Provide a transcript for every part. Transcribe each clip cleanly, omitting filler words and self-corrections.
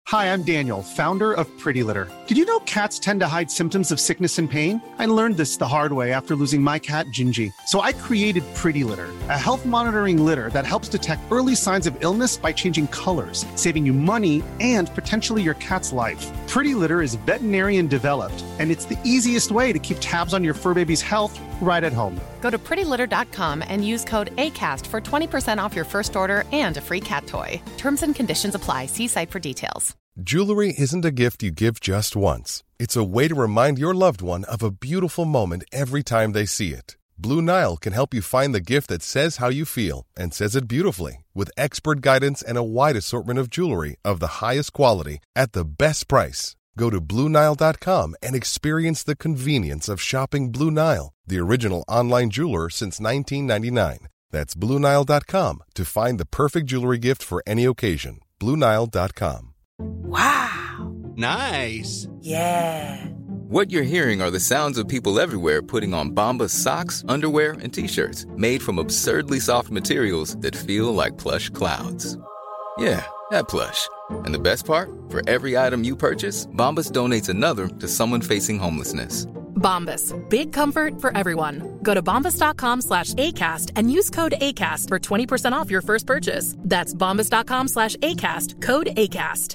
Hi, I'm Daniel, founder of Pretty Litter. Did you know cats tend to hide symptoms of sickness and pain? I learned this the hard way after losing my cat, Gingy. So I created Pretty Litter, a health monitoring litter that helps detect early signs of illness by changing colors, saving you money and potentially your cat's life. Pretty Litter is veterinarian developed, and it's the easiest way to keep tabs on your fur baby's health right at home. Go to prettylitter.com and use code ACAST for 20% off your first order and a free cat toy. Terms and conditions apply. See site for details. Jewelry isn't a gift you give just once. It's a way to remind your loved one of a beautiful moment every time they see it. Blue Nile can help you find the gift that says how you feel and says it beautifully, with expert guidance and a wide assortment of jewelry of the highest quality at the best price. Go to BlueNile.com and experience the convenience of shopping Blue Nile, the original online jeweler since 1999. That's BlueNile.com to find the perfect jewelry gift for any occasion. BlueNile.com. Wow. Nice. Yeah. What you're hearing are the sounds of people everywhere putting on Bombas socks, underwear, and T-shirts made from absurdly soft materials that feel like plush clouds. Yeah, that plush. And the best part? For every item you purchase, Bombas donates another to someone facing homelessness. Bombas. Big comfort for everyone. Go to bombas.com/ACAST and use code ACAST for 20% off your first purchase. That's bombas.com/ACAST. Code ACAST.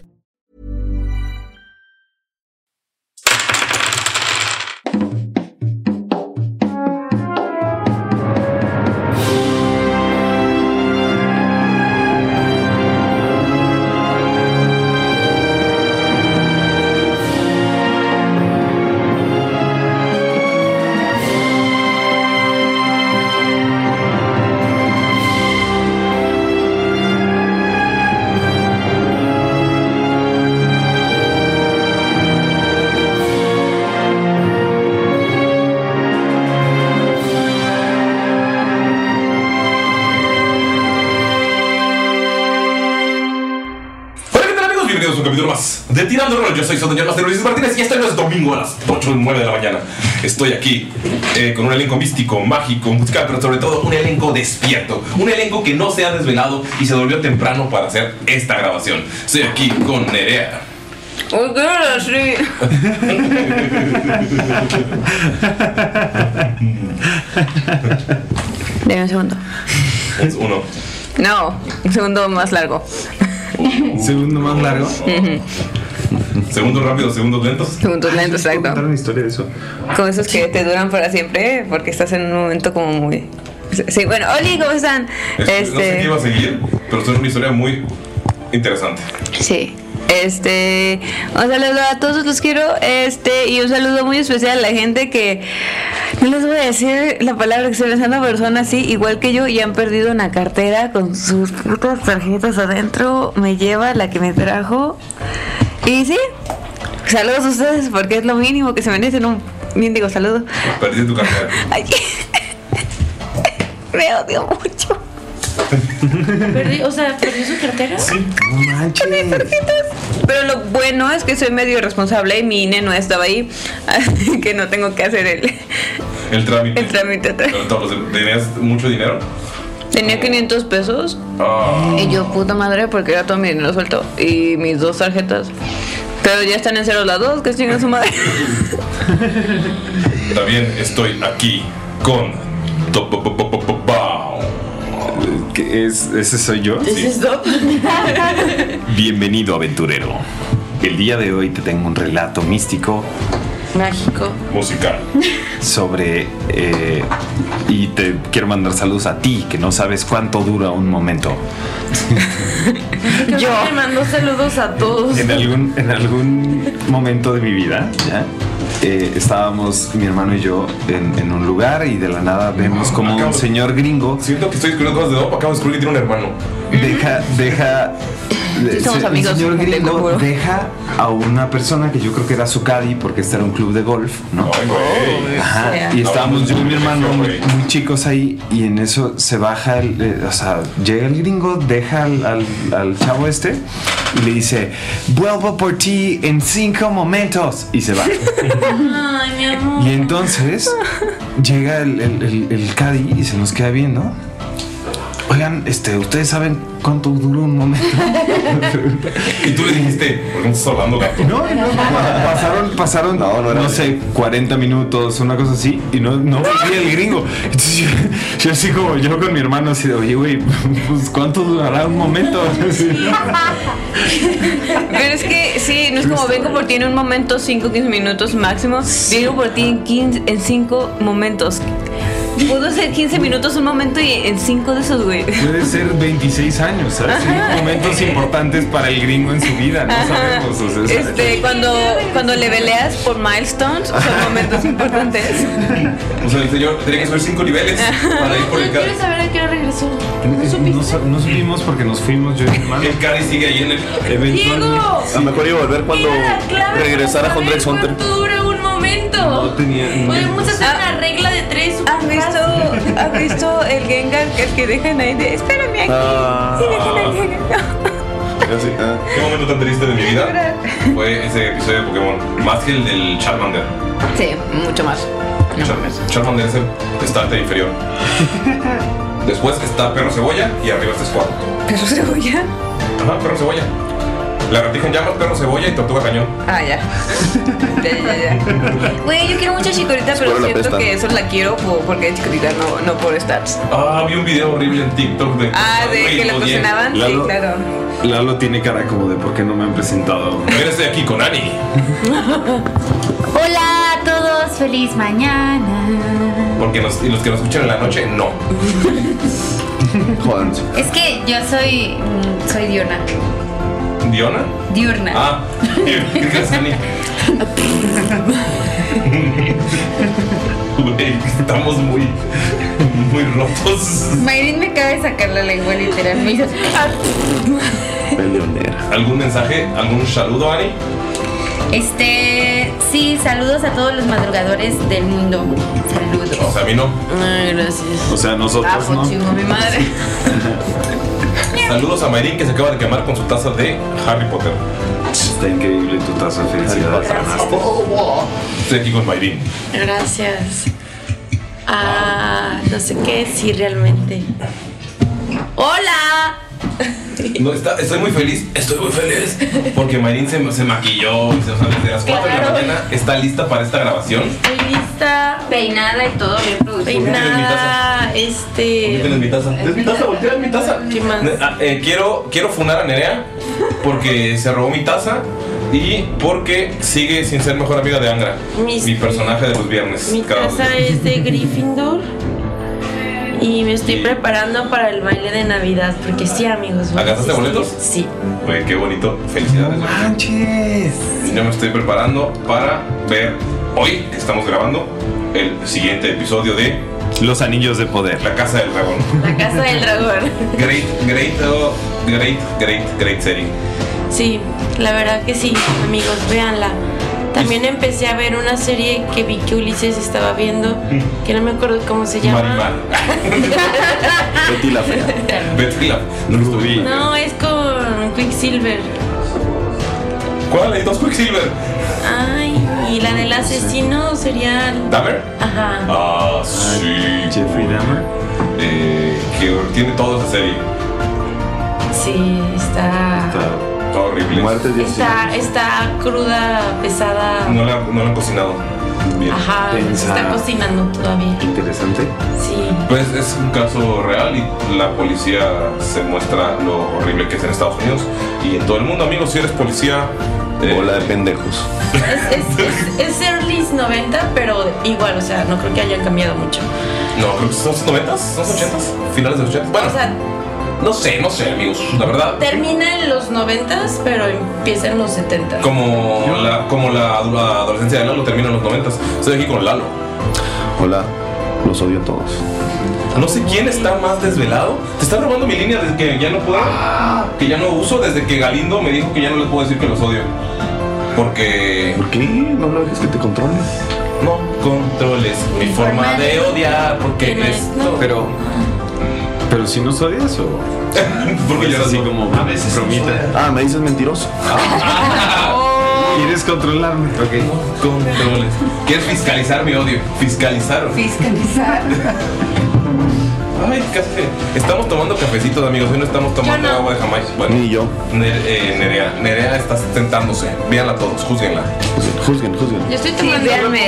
De Tirando Rol, yo soy su señor Master Luis Martínez y este no es domingo a las 8 o 9 de la mañana. Estoy aquí con un elenco místico, mágico, musical, pero sobre todo un elenco despierto. Un elenco que no se ha desvelado y se volvió temprano para hacer esta grabación. Estoy aquí con Nerea. Oh, girl, sí. Dame un segundo. Uno. No, un segundo más largo. ¿Segundo más largo? ¿Segundos rápidos, segundos lentos? Segundos lentos, exacto. ¿Puedo contar una historia de eso? Con esos que te duran para siempre, porque estás en un momento como muy... Sí, bueno, Oli, ¿cómo están? No sé qué iba a seguir, pero es una historia muy interesante. Sí. Un saludo a todos, los quiero. Y un saludo muy especial a la gente que no les voy a decir la palabra, que estoy pensando, personas así, igual que yo, y han perdido una cartera con sus putas tarjetas adentro. Me lleva la que me trajo. Y sí, saludos a ustedes, porque es lo mínimo que se merecen, un mendigo saludo. Perdiste tu cartera. Ay, me odio mucho. ¿Perdió su cartera? Sí. No manches. Pero lo bueno es que soy medio irresponsable y mi INE no estaba ahí, así que no tengo que hacer el trámite. ¿Tenías mucho dinero? Tenía 500 pesos. Y yo, puta madre, porque era todo mi dinero suelto. Y mis 2 tarjetas. Pero ya están en cero las 2, que chingan su madre. También estoy aquí con ¿Ese soy yo? ¿Es esto? Bienvenido, aventurero. El día de hoy te tengo un relato místico, mágico, musical sobre y te quiero mandar saludos a ti, que no sabes cuánto dura un momento. Yo te mando saludos a todos. En algún momento de mi vida, ¿ya? Estábamos mi hermano y yo en un lugar y de la nada vemos como un señor gringo. Siento que estoy descubriendo cosas de Dope. Acabo de descubrir que tiene un hermano. Amigos, el señor gringo deja a una persona que yo creo que era su caddy, porque este era un club de golf, ¿no? Ajá. Y estábamos yo y mi hermano muy chicos ahí, y en eso se baja llega el gringo, deja al chavo este y le dice: vuelvo por ti en 5 momentos, y se va. Ay, mi amor. Y entonces llega el caddy y se nos queda viendo. oigan, ¿ustedes saben cuánto duró un momento? Y tú le dijiste, ¿por qué no estás hablando, gato? No, pasaron, no sé, 40 minutos, una cosa así, y no volvía el gringo. Entonces yo así como, yo con mi hermano así de, oye, güey, pues ¿cuánto durará un momento? Pero es que sí, no es como vengo por ti en un momento, 5-15 minutos máximo. Vengo por ti en 5 momentos. Pudo ser 15 minutos un momento y en 5 de esos, güey. Puede ser 26 años, ¿sabes? 5 momentos importantes para el gringo en su vida, no sabemos. O sea, cuando le veleas por milestones, son momentos importantes. O sea, el señor tenía que subir 5 niveles para ir por el ¿Quieres Cari. saber a qué hora regresó? No supimos porque nos fuimos yo y mi hermano. El Cari sigue ahí en el... ¡Diego! A lo mejor iba a volver cuando regresara a Hunter x Hunter. ¿Cuánto dura un momento? No tenía... Podemos hacer una regla de 3. ¿Has visto el Gengar que dejan ahí de espérame aquí? Sí, dejan al Gengar. ¿Qué momento tan triste de mi vida fue ese episodio de Pokémon? Más que el del Charmander. Sí, mucho más. Charmander es el starter inferior. Después está Perro Cebolla y arriba está Squad. ¿Perro Cebolla? Ajá, Perro Cebolla. La ratija en llamas, Perro Cebolla y Tortuga Cañón. Ah, ya. Güey, yo quiero mucho a Chikorita, pero siento que eso la quiero porque es chiquitita, no por stats. Vi un video horrible en TikTok de... de que le cocinaban. Sí, claro. Lalo tiene cara como de por qué no me han presentado. Pero estoy aquí con Ani. Hola a todos, feliz mañana. Porque los que nos escuchan en la noche, no. Joder. Es que yo soy diurna. ¿Diona? Diurna. ¿Qué crees, Ani? Güey, estamos muy rotos. Mayrin me acaba de sacar la lengua literal. Me hizo... ¿Algún mensaje? ¿Algún saludo, Ani? Sí, saludos a todos los madrugadores del mundo. Saludos. O sea, a mí no. Ay, gracias. O sea, nosotros no. Chingo, mi madre. Saludos a Mayrin que se acaba de quemar con su taza de Harry Potter. Está increíble tu taza, felicidades. Estoy aquí con Mayrin. Gracias. No sé qué decir realmente. ¡Hola! No, estoy muy feliz. Porque Mayrin se maquilló. Desde las 4 de la mañana está lista para esta grabación. Estoy lista. Peinada y todo bien producido. Peinada. ¿Tienes mi taza? ¿Es mi taza? ¿Voltea mi taza? ¿Qué más? Quiero funar a Nerea porque se robó mi taza y porque sigue sin ser mejor amiga de Angra, mi personaje de los viernes. Mi taza es de Gryffindor y me estoy preparando para el baile de Navidad porque sí, amigos. ¿Agastaste boletos? Sí. Güey, qué bonito. Felicidades. ¡No manches! Yo me estoy preparando para ver hoy que estamos grabando el siguiente episodio de Los Anillos de Poder. La Casa del Dragón. La Casa del Dragón. Great serie. Sí, la verdad que sí, amigos, véanla. También empecé a ver una serie que vi que Ulises estaba viendo, que no me acuerdo cómo se llama. Marimar. Betty la Fea. Betty la Rubí. No, es con Quicksilver. ¿Cuál? ¿Hay dos Quicksilver? Ay, y la del asesino serial. ¿Dahmer? Ajá. Sí. Jeffrey Dahmer. Que tiene toda esa serie. Sí, está horrible. Está cruda, pesada. No la han cocinado bien. Ajá, se está cocinando todavía. Interesante. Sí. Pues es un caso real y la policía se muestra lo horrible que es en Estados Unidos y en todo el mundo, amigos. Si eres policía, bola de pendejos. Es early 90, pero igual, o sea, no creo que hayan cambiado mucho. No, creo que son los 90s, son los 80s, finales de los 80s. Bueno, o sea, no sé, amigos, la verdad. Termina en los 90s, pero empieza en los 70s. Como la adolescencia de Lalo termina en los 90s. Estoy aquí con Lalo. Hola, los odio a todos. No sé quién está más desvelado. Te está robando mi línea desde que ya no puedo, que ya no uso, desde que Galindo me dijo que ya no les puedo decir que los odio. Porque... ¿Por qué? No lo dejes que te controle. No controles mi forma de odiar, porque esto... Pero si nos odias o... Porque yo así como a veces bromita. ¿me dices mentiroso? ¿Quieres controlarme? Ok. No controles. ¿Quieres fiscalizar mi odio? Fiscalizar. Ay, casi. Estamos tomando cafecitos, amigos. Hoy no estamos tomando agua de Jamaica. Bueno, ni yo. Nerea está sentándose. Véanla todos, júzguenla. Juzguen. Yo estoy tomando.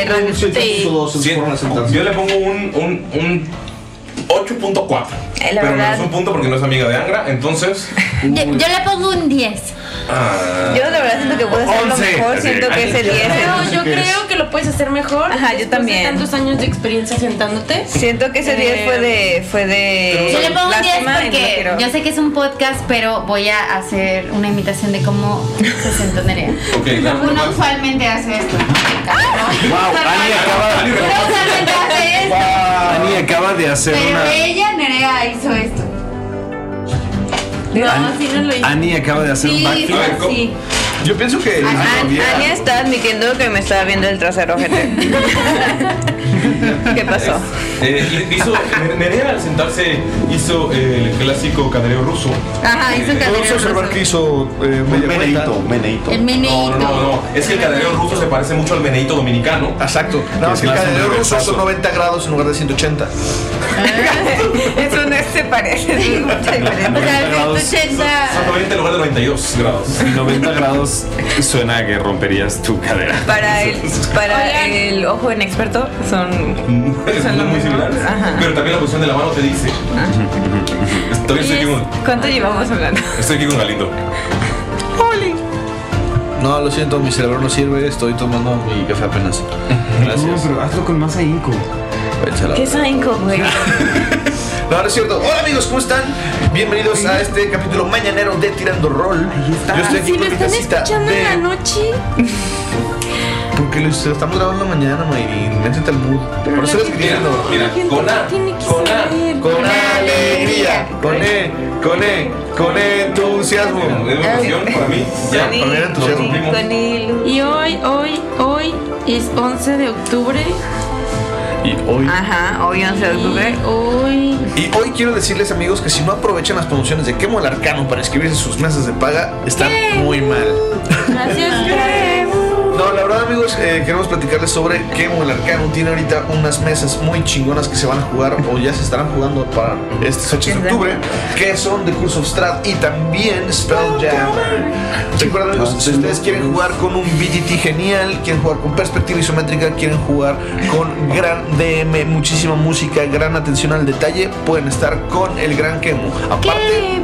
Yo le pongo un 8.4. La pero verdad. no es un punto porque no es amiga de Angra, entonces. Yo le pongo un 10. Yo de verdad siento que puedo hacerlo 11. mejor. Siento que ese 10 Pero yo creo que lo puedes hacer mejor. Ajá, yo después también. De tantos años de experiencia sentándote. Siento que ese 10 fue de. Yo le pongo un 10 lástima y no porque quiero. yo sé que es un podcast, pero voy a hacer una imitación de cómo se sentó Nerea. Uno usualmente hace esto. Wow, Uno usualmente hace esto. Ani acaba de hacer Pero una. ella, Nerea, hizo esto. No, así no lo hice. Ani acaba de hacer un backflip. Sí. Yo pienso que Ania está admitiendo que me estaba viendo el trasero, gente. ¿Qué pasó? Nerea al sentarse hizo el clásico cadereo ruso. Ajá, hizo podemos observar que hizo meneíto. El meneíto. No. Es que el cadereo ruso se parece mucho al meneíto dominicano. Exacto. Nada más que el cadereo ruso son 90 grados en lugar de 180. Eso no se parece. Es mucha diferencia. O sea, 180. Son 90 en lugar de 92 grados. 90 grados suena a que romperías tu cadera. Para el ojo inexperto son muy similares. Ajá. Pero también la posición de la mano te dice. Estoy aquí con. ¿Cuánto llevamos hablando? Estoy aquí con Galindo. No, lo siento, mi cerebro no sirve. Estoy tomando mi café apenas. Gracias. No, pero hazlo con más ahínco. ¿Qué es ahínco, güey? No, no es cierto. Hola amigos, ¿cómo están? Bienvenidos a este capítulo mañanero de Tirando Rol. Yo estoy aquí Si lo con mi están casita escuchando en la de... noche. Porque lo estamos grabando mañana, Mayrin. Métete al mood. Por eso les quería diciendo. Mira, con alegría. Con entusiasmo. Es emoción para mí. Ya, para mí era entusiasmo. Y hoy es 11 de octubre. Y hoy. Aja, hoy 11 de octubre. Y hoy quiero decirles, amigos, que si no aprovechan las promociones de Quemo el Arcano para inscribirse en sus mesas de paga, están muy mal. Gracias. No, la verdad, amigos, queremos platicarles sobre Quemo el Arcano. Tiene ahorita unas mesas muy chingonas que se van a jugar o ya se estarán jugando para estas fechas de octubre, que son The Curse of Strahd y también Spelljammer. Recuerden, amigos, si ustedes quieren jugar con un BGT genial, quieren jugar con perspectiva isométrica, quieren jugar con gran DM, muchísima música, gran atención al detalle, pueden estar con el Gran Quemo. Aparte...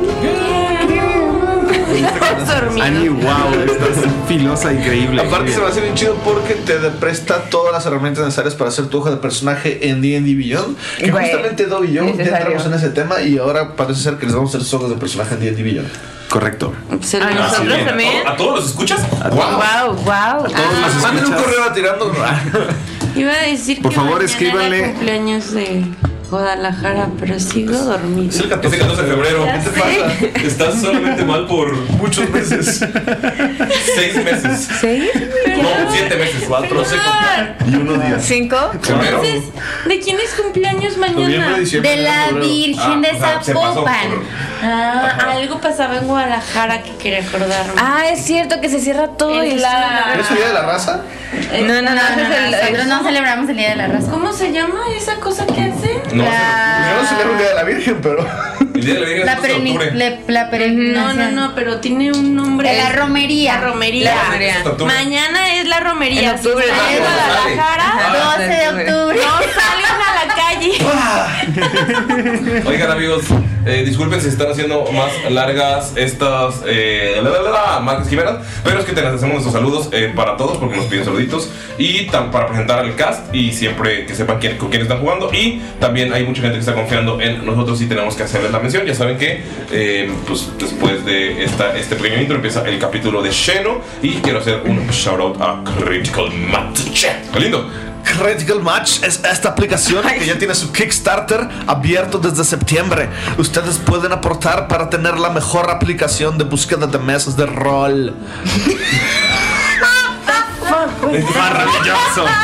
Ani, wow, estás filosa, increíble. Aparte se va a hacer bien chido porque te presta todas las herramientas necesarias para hacer tu hoja de personaje en D&D Beyond. Que justamente Dob y yo ya entramos en ese tema y ahora parece ser que les vamos a hacer sus hojas de personaje en D&D Beyond. Correcto. ¿A nosotros también? ¿A todos los escuchas? Wow. A todos los Manden un escuchas. correo a Tirando. Iba a decir Por que favor, mañana escríbanle. era cumpleaños de Guadalajara, pero sigo dormida. Es el 14 de febrero. Ya ¿Qué te sé. pasa? Estás solamente mal por muchos meses. 6 meses. ¿6? No, 7 meses. 4, 6 y 1 día. 5. Entonces, ¿de quién es cumpleaños mañana? De la Virgen de Zapopan. Algo pasaba en Guadalajara que quería acordarme. Ah, es cierto que se cierra todo. Es y la- ¿Es el día de la raza? No, Nosotros no celebramos el Día de la Raza. ¿Cómo se llama esa cosa que hacen? No, Yo no celebro el Día de la Virgen, pero... el día de la Virgen La es 12 de octubre. peregrinación. No, pero tiene un nombre. De la romería. La romería. La romería. Mañana es la romería. En octubre. Si están en Guadalajara, 12 de octubre. no salgan a la calle. Oigan, amigos, disculpen si están haciendo más largas estas marcas quimeras, pero es que te hacemos nuestros saludos para todos porque nos piden saluditos y para presentar al cast y siempre que sepan con quién están jugando. Y también hay mucha gente que está confiando en nosotros y tenemos que hacerles la mención. Ya saben que pues después de este pequeño intro empieza el capítulo de Xeno y quiero hacer un shout out a Critical Match. ¡Qué lindo! Critical Match es esta aplicación que ya tiene su Kickstarter abierto desde septiembre. Ustedes pueden aportar para tener la mejor aplicación de búsqueda de mesas de rol. Maravilloso.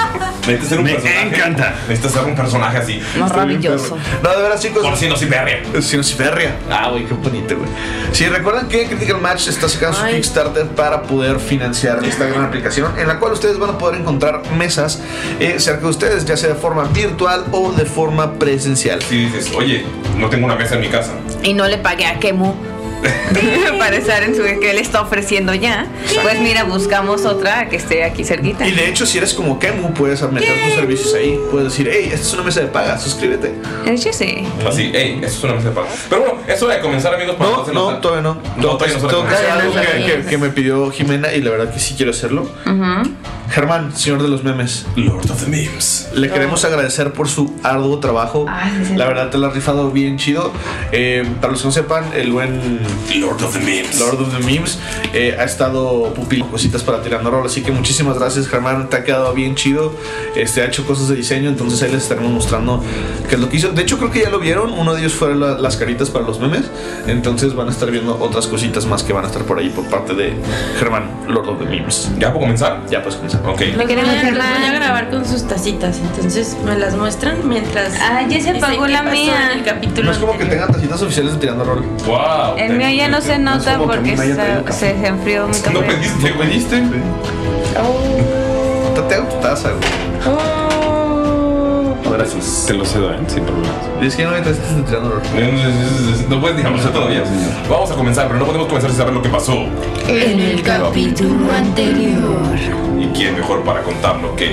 Necesitas ser un personaje. Me encanta. Necesitas ser un personaje así. Maravilloso. No, de veras, chicos. Por Sinociferria. Sinociferria. Ah, güey, qué bonito, güey. Sí, recuerden que Critical Match está sacando su Kickstarter para poder financiar esta gran aplicación en la cual ustedes van a poder encontrar mesas cerca de ustedes, ya sea de forma virtual o de forma presencial. Si dices, oye, no tengo una mesa en mi casa. Y no le pagué a Kemu para estar en su que él está ofreciendo ya. Pues mira, buscamos otra que esté aquí cerquita. Y de hecho, si eres como Kemu, puedes meter tus servicios ahí. Puedes decir, hey, esta es una mesa de paga, suscríbete. De hecho, sí. Así, hey, esto es una mesa de paga. Pero bueno, es hora de comenzar, amigos. Para todavía no. Tengo que hacer algo que me pidió Jimena y la verdad que sí quiero hacerlo. Germán, señor de los memes, Lord of the Memes, le queremos agradecer por su arduo trabajo. La verdad te lo has rifado bien chido. Para los que no sepan, el buen Lord of the Memes ha estado pupilando cositas para Tirando Rol, así que muchísimas gracias, Germán, te ha quedado bien chido. Ha hecho cosas de diseño, entonces ahí les estaremos mostrando qué es lo que hizo. De hecho, creo que ya lo vieron. Uno de ellos fue las caritas para los memes, entonces van a estar viendo otras cositas más que van a estar por ahí por parte de Germán, Lord of the Memes. ¿Ya puedo comenzar? Ya puedes comenzar. Ok. Lo que voy a grabar con sus tacitas, entonces me las muestran mientras. Ah, ya se apagó la mía. El capítulo no es como que tengan tacitas oficiales de Tirando Rol. Wow. El mío ya no se nota porque se enfrió mi café. ¿No pediste? Te tu taza, güey. Gracias. Te lo cedo, sin problemas. Es que no me tacitas de Tirando Rol. No puedes dejarlo todavía. Vamos a comenzar, pero no podemos comenzar sin saber lo que pasó en el capítulo anterior. ¿Y quién mejor para contarlo que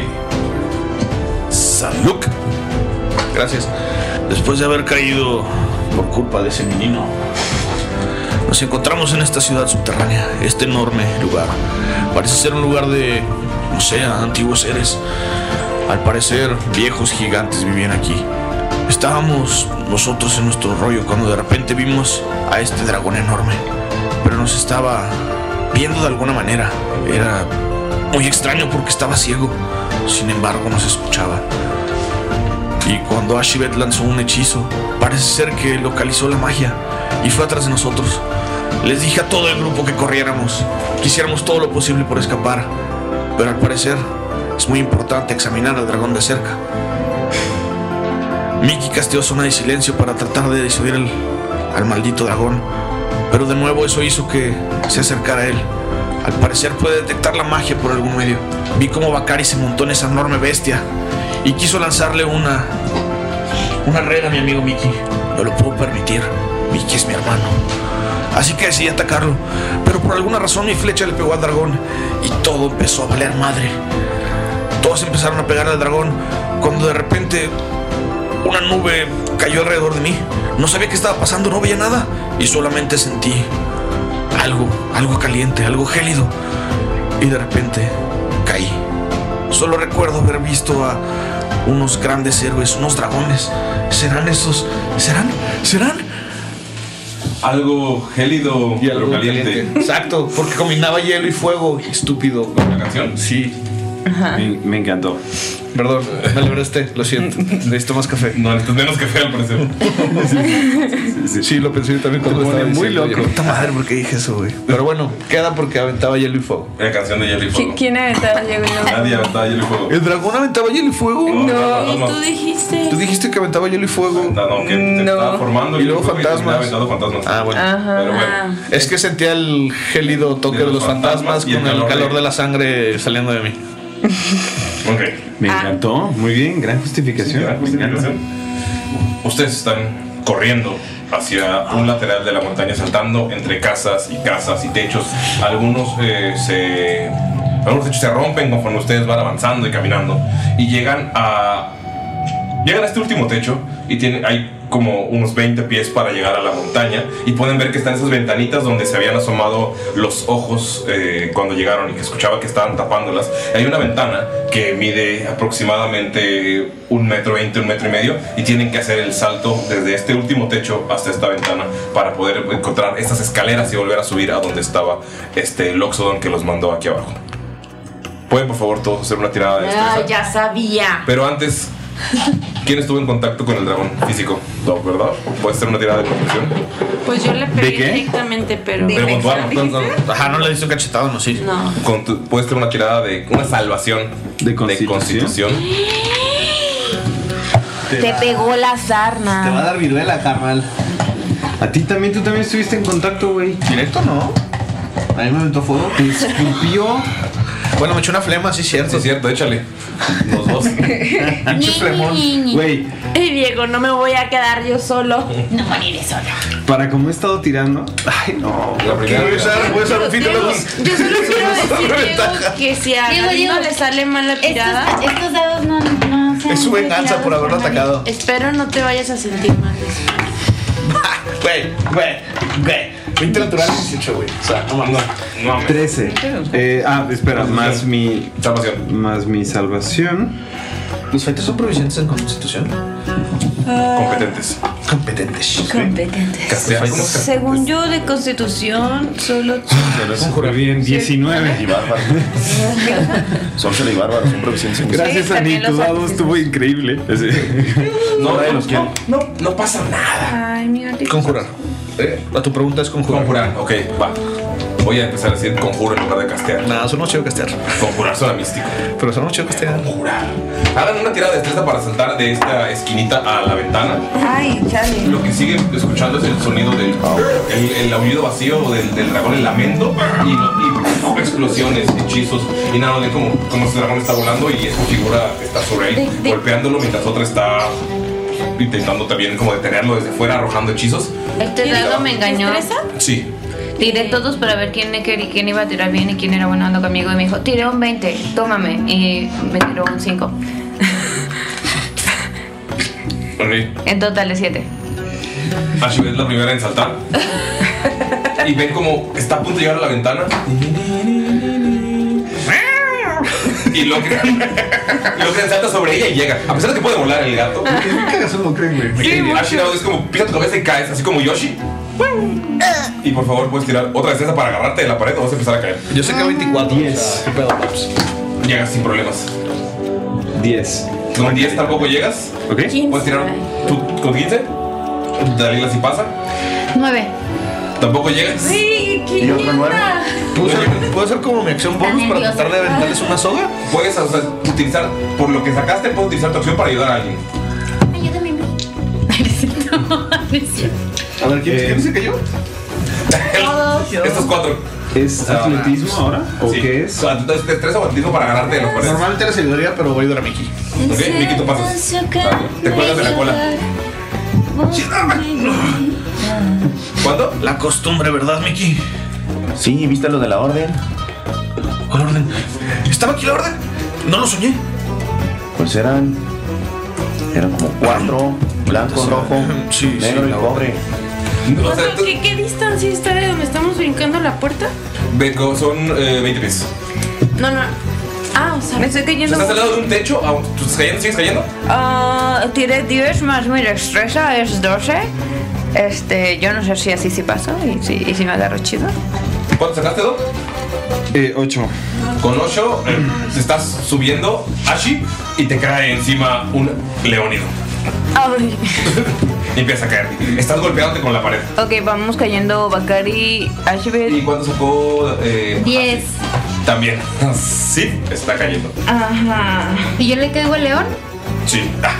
Saluk? Gracias. Después de haber caído por culpa de ese menino, nos encontramos en esta ciudad subterránea, este enorme lugar. Parece ser un lugar de, no sé, antiguos seres. Al parecer, viejos gigantes vivían aquí. Estábamos nosotros en nuestro rollo cuando de repente vimos a este dragón enorme, pero nos estaba viendo de alguna manera. Era muy extraño porque estaba ciego, sin embargo nos escuchaba. Y cuando Ashibet lanzó un hechizo, parece ser que localizó la magia y fue atrás de nosotros. Les dije a todo el grupo que corriéramos, que hiciéramos todo lo posible por escapar, pero al parecer es muy importante examinar al dragón de cerca. Mickey casteó zona de silencio para tratar de disuadir al maldito dragón, pero de nuevo eso hizo que se acercara a él. Al parecer puede detectar la magia por algún medio. Vi cómo Bakari se montó en esa enorme bestia y quiso lanzarle una red a mi amigo Mickey. No lo puedo permitir. Mickey es mi hermano. Así que decidí atacarlo, pero por alguna razón mi flecha le pegó al dragón y todo empezó a valer madre. Todos empezaron a pegar al dragón cuando de repente una nube cayó alrededor de mí. No sabía qué estaba pasando, no veía nada y solamente sentí algo caliente, algo gélido, y de repente caí. Solo recuerdo haber visto a unos grandes héroes, unos dragones. ¿Serán esos? ¿Serán? Algo gélido y algo caliente. Exacto, porque combinaba hielo y fuego. Estúpido. ¿La canción? Sí. Me encantó. Perdón, me lograste, lo siento. Necesito más café. No, necesitas menos café al parecer. Sí, lo pensé yo también cuando estaba muy loco. Puta madre, ¿por qué dije eso, güey? Pero bueno, queda porque aventaba hielo y fuego. La canción de hielo y fuego. ¿Quién aventaba hielo y fuego? Nadie aventaba hielo y fuego. ¿El dragón aventaba hielo y fuego? No. ¿Y tú dijiste? Tú dijiste que aventaba hielo y fuego. No, que te estaba formando. Y luego fantasmas. Aventando fantasmas. Ah, bueno. Ajá. Pero bueno. Es que sentía el gélido toque de los fantasmas con el calor de la sangre saliendo de mí. Ok. Me encantó. Muy bien, gran justificación. Ustedes están corriendo hacia un lateral de la montaña, saltando entre casas y techos. Algunos techos se rompen conforme ustedes van avanzando y caminando. Y llegan a este último techo y hay como unos 20 pies para llegar a la montaña, y pueden ver que están esas ventanitas donde se habían asomado los ojos cuando llegaron y que escuchaba que estaban tapándolas. Hay una ventana que mide aproximadamente 1,20 metros, 1,5 metros, y tienen que hacer el salto desde este último techo hasta esta ventana para poder encontrar estas escaleras y volver a subir a donde estaba Loxodon que los mandó aquí abajo. ¿Pueden por favor todos hacer una tirada de destreza? Ya sabía. Pero antes ¿Quién estuvo en contacto con el dragón físico? Doc, ¿verdad? ¿Puedes hacer una tirada de constitución? Pues yo le pegué directamente, pero. Pero con tu arma. Ajá, no le diste un cachetado, no, sí. No. Puedes hacer una tirada de una salvación de constitución. Te pegó la sarna. Te va a dar viruela, carnal. A ti también, tú también estuviste en contacto, güey. ¿Directo no? A mí me aventó fuego. Te escupió. Bueno, me echó una flema, sí, cierto. Sí, cierto, échale. Los dos. Pinche flemón. Güey, Diego, no me voy a quedar yo solo. No moriré solo. para como he estado tirando. Ay, no. La primera. Voy a usar un filtro. Yo solo quiero decir, Diego, que si a Galindo le sale mal la tirada, Estos dados no sean Es su venganza por haberlo atacado. espero no te vayas a sentir mal. Güey. 20 natural, 18, güey. O sea, no mames. No, 13. Espera, más mi salvación. Más mi salvación. ¿Los feitos son proficientes en constitución? Competentes. Castear. Según yo, de constitución, solo. Conjurar bien, 19. Y bárbaro. Sorcerer y bárbaro son proficientes en Gracias, Ani. Tu dado estuvo increíble. No pasa nada. Ay, mira. Conjurar. A tu pregunta es conjurar. Conjurar, ok, va. Voy a empezar a decir conjuro en lugar de castear. Nada, eso no chido castear. Conjurar suena místico. Pero eso no chido castear. Conjurar. Hagan una tirada de destreza para saltar de esta esquinita a la ventana. Ay, chale. Lo que siguen escuchando es el sonido del el aullido vacío del dragón, el lamento y explosiones, hechizos. Y nada, ven como ese dragón está volando y esa figura está sobre él, golpeándolo mientras otra está intentando también como detenerlo desde fuera, arrojando hechizos. Este dado me engañó. Sí. Tiré todos para ver quién iba a tirar bien y quién era bueno ando conmigo. Y me dijo, tiré un 20, tómame. Y me tiró un 5. En total de 7. Ashi es la primera en saltar. Y ven como está a punto de llegar a la ventana. Y Locran salta sobre ella y llega. A pesar de que puede volar el gato. Es bien cagazón, no creen, güey. Ashi es como pisa tu cabeza y caes, así como Yoshi. Y por favor, puedes tirar otra destreza para agarrarte de la pared o vas a empezar a caer. Yo sé que 24. 10. ¿Qué pedo, Paps? Llegas sin problemas. 10. Con 10 tampoco llegas. Ok. Puedes tirar con 15. Dalila si pasa. 9. Tampoco llegas. Sí, Y otro 9. ¿Puedo hacer como mi acción bonus para tratar de aventarles una soga? Puedes utilizar, por lo que sacaste, puedes utilizar tu acción para ayudar a alguien. Ayúdame. A ver, ¿quién se cayó? Estos 4. ¿Es atletismo ahora? ¿O sí. qué es? Entonces, destreza o atletismo para agarrarte de los paredes. Normalmente les ayudaría, pero voy a ayudar a Mickey. Ok, Mickey, tú pasas. Te cuelgas de la cola. ¿Cuánto? La costumbre, ¿verdad, Mickey? Sí, ¿viste lo de la orden? ¿Cuál orden? ¿Estaba aquí la orden? No lo soñé. Pues eran como 4, blanco, rojo, negro y cobre. O sea, ¿Qué distancia está de donde estamos brincando la puerta? Son 20 pies. No. Ah, o sea, Me estoy cayendo. ¿Estás al lado de un techo? ¿Tú estás cayendo? ¿Sigues cayendo? Tiré 10 más mi destreza es 12. Yo no sé si así sí pasa y si me agarro chido. ¿Cuánto sacaste, Doc? 8. Con 8 estás subiendo, Ashi, y te cae encima un leónido. Ay. Y empieza a caer. Estás golpeándote con la pared. Ok, vamos cayendo Bakari, Ashibet. ¿Y cuánto sacó? 10. También. Sí, está cayendo. Ajá. ¿Y yo le caigo al león? Sí.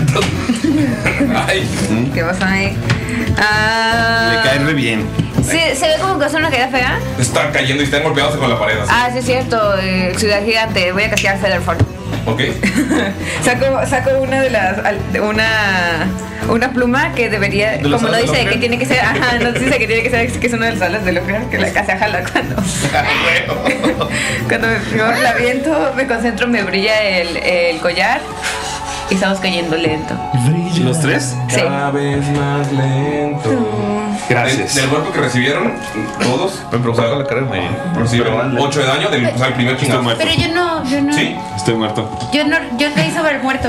Ay. ¿Qué pasa ahí? Le cae re bien. Sí, se ve como que hace una caída fea. Están cayendo y están golpeándose con la pared. Así. Sí es cierto. Ciudad Gigante. Voy a castigar Featherfall. Ok. saco una de las una pluma que debería, como no dice que tiene que ser, no dice que tiene que ser, que es una de las alas de Locran, que la casa jala cuando la viento, me concentro, me brilla el collar y estamos cayendo lento. ¿Los 3? Sí. Cada vez más lento. Gracias. Del golpe que recibieron, todos. Me provoca la cara de María. Recibieron 8 de daño del primer chingazo. Pero yo no. ¿Sí? Estoy muerto. Yo caí sobre el muerto.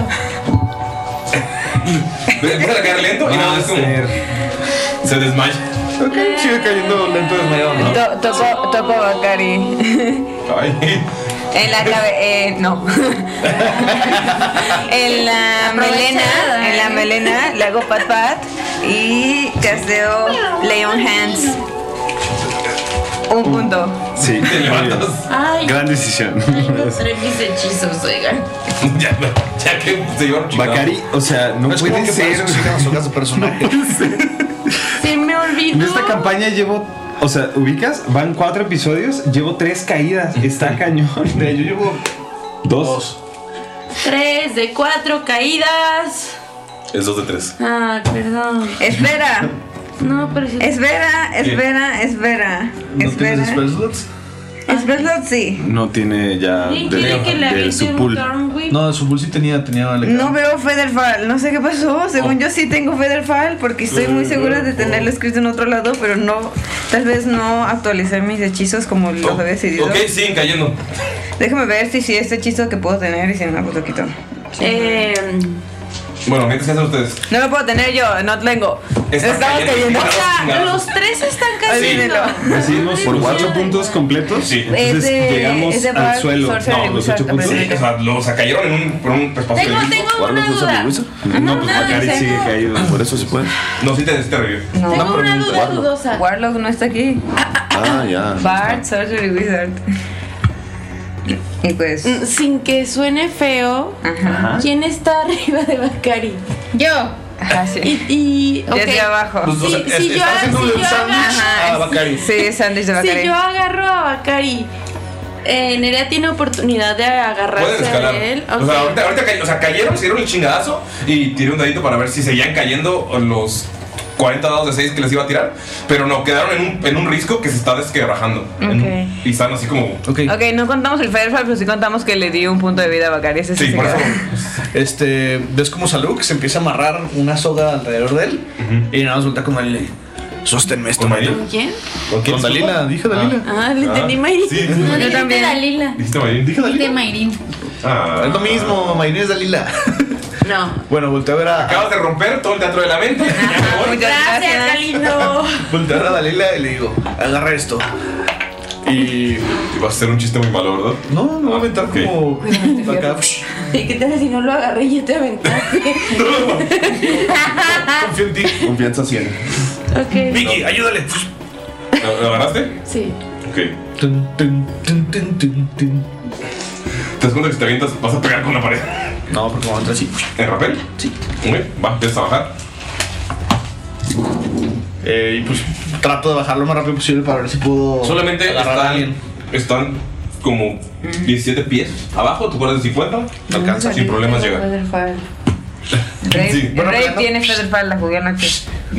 Empieza a caer lento y nada, es como. Se desmaya. Ok, sigue cayendo lento desmayado, ¿no? Toco a Bakari. Ay. En la no. En la melena le hago pat pat y casteo Lay on Hands. 1 punto. Sí, te levantas. Ay, gran decisión. Ay, no trae mis hechizos, oigan. ya que se llevaron chingado. Bacari, o sea, no puede ser. Su personaje. Se me olvidó. En esta campaña llevo, o sea, ubicas, van 4 episodios, llevo 3 caídas. Está cañón. Yo llevo 2. 3 de 4 caídas. Es 2 de 3. Ah, perdón. Espera. No, pero sí. Espera. ¿No tienes spell slots? Spell slots sí. No tiene ya ¿Quién quiere que le aviente un turn whip? No, su pool sí tenía No veo Featherfall, no sé qué pasó. Según yo sí tengo Featherfall porque estoy muy segura de tenerlo escrito en otro lado, pero no, tal vez no actualicé mis hechizos como los había decidido. Ok, siguen cayendo. Déjame ver si este hechizo que puedo tener y si no, pues lo quito. Bueno, mientras hacen ustedes. No lo puedo tener yo, no tengo. Estamos cayendo. O sea, los 3 están cayendo. Recibimos por 4 puntos completos. Sí. Entonces llegamos al suelo. No, los 8 puntos. O sea, cayeron en un espacio. Tengo una duda. No, pues Bacari sigue caído. Por eso se puede. No, sí te revivió. Tengo una duda dudosa. Warlock no está aquí. Ya. Bard, Sorcery Wizard. Y pues, sin que suene feo, ¿quién está arriba de Bacari? Yo. Y yo estoy abajo. Si yo agarro Bacari. Sí, sándwich de Bacari. Si yo agarro a Bacari, Nerea tiene oportunidad de agarrarse a él. Okay. O sea, ahorita cayeron, se dieron el chingadazo y tiré un dadito para ver si seguían cayendo los 40 dados de 6 que les iba a tirar, pero no, quedaron en un risco que se está desquebrajando. Y están así como. Ok, no contamos el Firefall, pero sí contamos que le dio un punto de vida a Bacari. Ese sí, por eso. ¿Ves como Saluk se empieza a amarrar una soga alrededor de él? Y nada más voltea con él. Sóstenme esto, Mayrin. ¿Con quién? Con Dalila, dije Dalila. Le entendí Mayrin. Sí. No, yo también. Dalila. ¿Dijiste Mayrin? Dije Dalila. De Mayrin. Es lo mismo, Mayrin es Dalila. No. Bueno, volteo a ver a. Acabas de romper todo el teatro de la mente. Gracias, Galindo. Volteo a ver a Dalila y le digo, agarra esto. Y vas a hacer un chiste muy malo, ¿verdad? No voy a aventar como acá. ¿Y qué tal si no lo agarré y ya te aventaste? Confío en ti. Confianza 100. Ok. Vicky, ayúdale. ¿Lo agarraste? Sí. Ok. ¿Te das cuenta que si te avientas vas a pegar con la pared? No, porque vamos a entrar así. ¿En rappel? Sí. Ok, va, empiezas a bajar. Y pues trato de bajar lo más rápido posible para ver si puedo. Solamente agarrar a alguien. están como 17 pies abajo, tú pones de 50, no alcanza, sin problemas llega. Rey, Sí. Rey tiene Featherfall, la jugué anoche.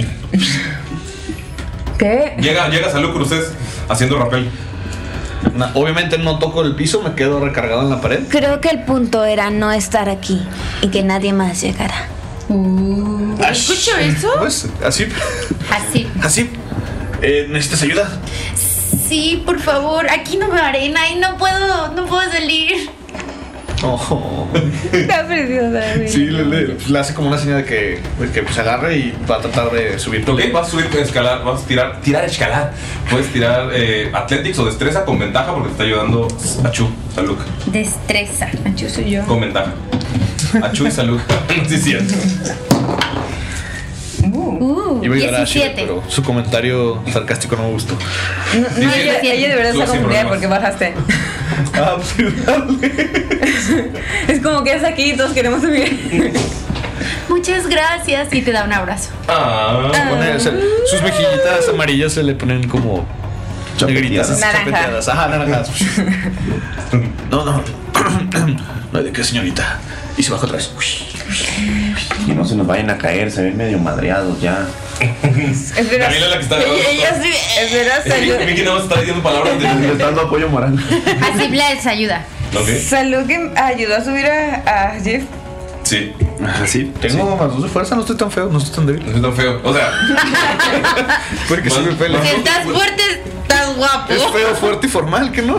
¿Qué? Llega Salud Cruces haciendo rappel. Obviamente no toco el piso, me quedo recargado en la pared. Creo que el punto era no estar aquí y que nadie más llegara. ¿Escucho eso? Pues así. Así. ¿Necesitas ayuda? Sí, por favor. Aquí no me arena y no puedo salir. Oh. Está preciosa. Sí, le hace como una señal de que se agarre y va a tratar de subir. Ok, vas a subir, escalar, vas a tirar escalar. Puedes tirar Athletics o destreza con ventaja porque te está ayudando Achu, Salud. Destreza. Yo soy yo. Con ventaja. Achu y Salud. Sí, es cierto. Iba a ayudar a Ashir, 17. pero su comentario sarcástico no me gustó. No, ella de verdad está confundida porque bajaste. Es como que es aquí y todos queremos subir. Muchas gracias. Y te da un abrazo. Sus mejillitas amarillas se le ponen como negritas. Naranjas. Ajá, naranjas. No. No hay de qué, señorita. Y se baja otra vez. Y no se nos vayan a caer, se ven medio madreados ya. Espera. También es la que está. Ella sí. Espera, Vicky nada más está diciendo palabras de. Está dando apoyo moral. Así les ayuda. Salud que ayudó a subir a Jeff. Sí. Sí. Tengo más 2 de fuerza, no estoy tan feo, no estoy tan débil. No estoy tan feo. O sea. Porque sí me pela. Si estás fuerte, estás guapo. Es feo, fuerte y formal, ¿qué no?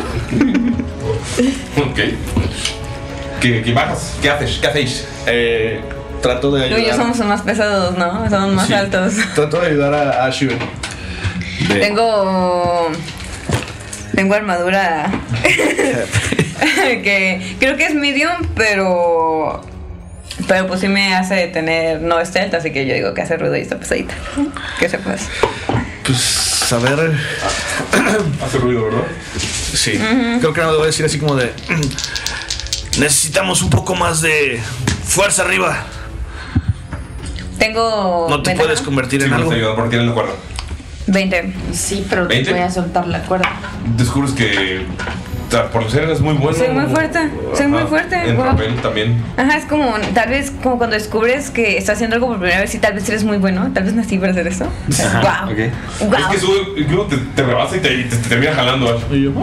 Ok. ¿Qué bajas? ¿Qué haces? ¿Qué hacéis? Trato de ayudar. Tú y yo somos más pesados, ¿no? Somos más altos. Trato de ayudar a Shiven. Tengo armadura. Que creo que es medium, pero pues sí me hace tener no stealth, así que yo digo que hace ruido y está pesadita. ¿Qué se puede hacer? Pues a ver. Hace ruido, ¿verdad? Sí. Creo que no debo decir así como de. Necesitamos un poco más de fuerza arriba. Tengo. No te puedes convertir en algo. ¿Por qué no cuerda? 20. Sí, pero 20. voy a soltar la cuerda. Descubres que por lo general es muy bueno. Soy muy fuerte. En Wow. papel también. Ajá, es como, tal vez como cuando descubres que estás haciendo algo por primera vez y tal vez eres muy bueno. Tal vez nací para hacer eso. Wow. Okay. Es que sube, incluso te rebasa y te termina jalando. Y yo,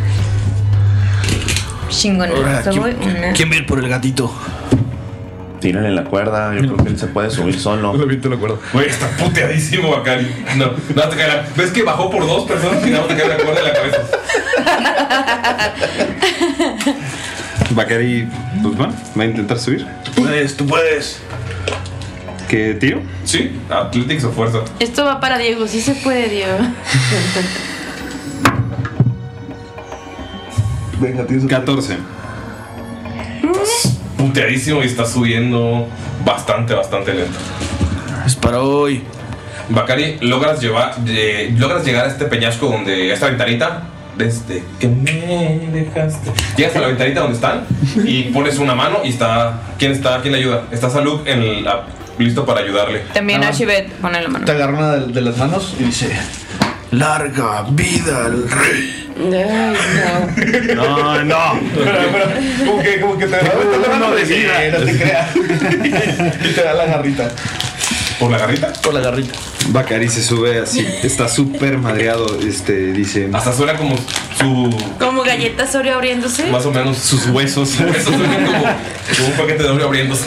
chingón. Ahora, Soy una. ¿quién va a ir por el gatito? Tírale la cuerda, yo creo que él se puede subir solo. No le viento la cuerda. Güey, está puteadísimo Bacari. No te cae la. ¿Ves que bajó por 2 personas y no te cae la cuerda en la cabeza? Bacari, pues va a intentar subir. Tú puedes. ¿Qué tiro? Sí, Athletics o fuerza. Esto va para Diego, sí se puede, Diego. Venga, tienes 14. Puteadísimo y está subiendo bastante lento. Es para hoy. Bacari, logras llegar a este peñasco donde esta ventanita. Desde que me dejaste. Llegas a la ventanita donde están y pones una mano y está. ¿Quién le ayuda? Está Saluk listo para ayudarle. También Ashibet pone la mano. Te agarra una de las manos y dice: larga vida al rey. No. Como que te da uno de vida. No te creas. Y te da la garrita. ¿Por la garrita? Por la garrita. Bacari se sube así, está súper madreado, dice. Hasta suena como su. Como galletas Oreo abriéndose. Más o menos. Sus huesos. Sus huesos suenan como un paquete de Oreo abriéndose.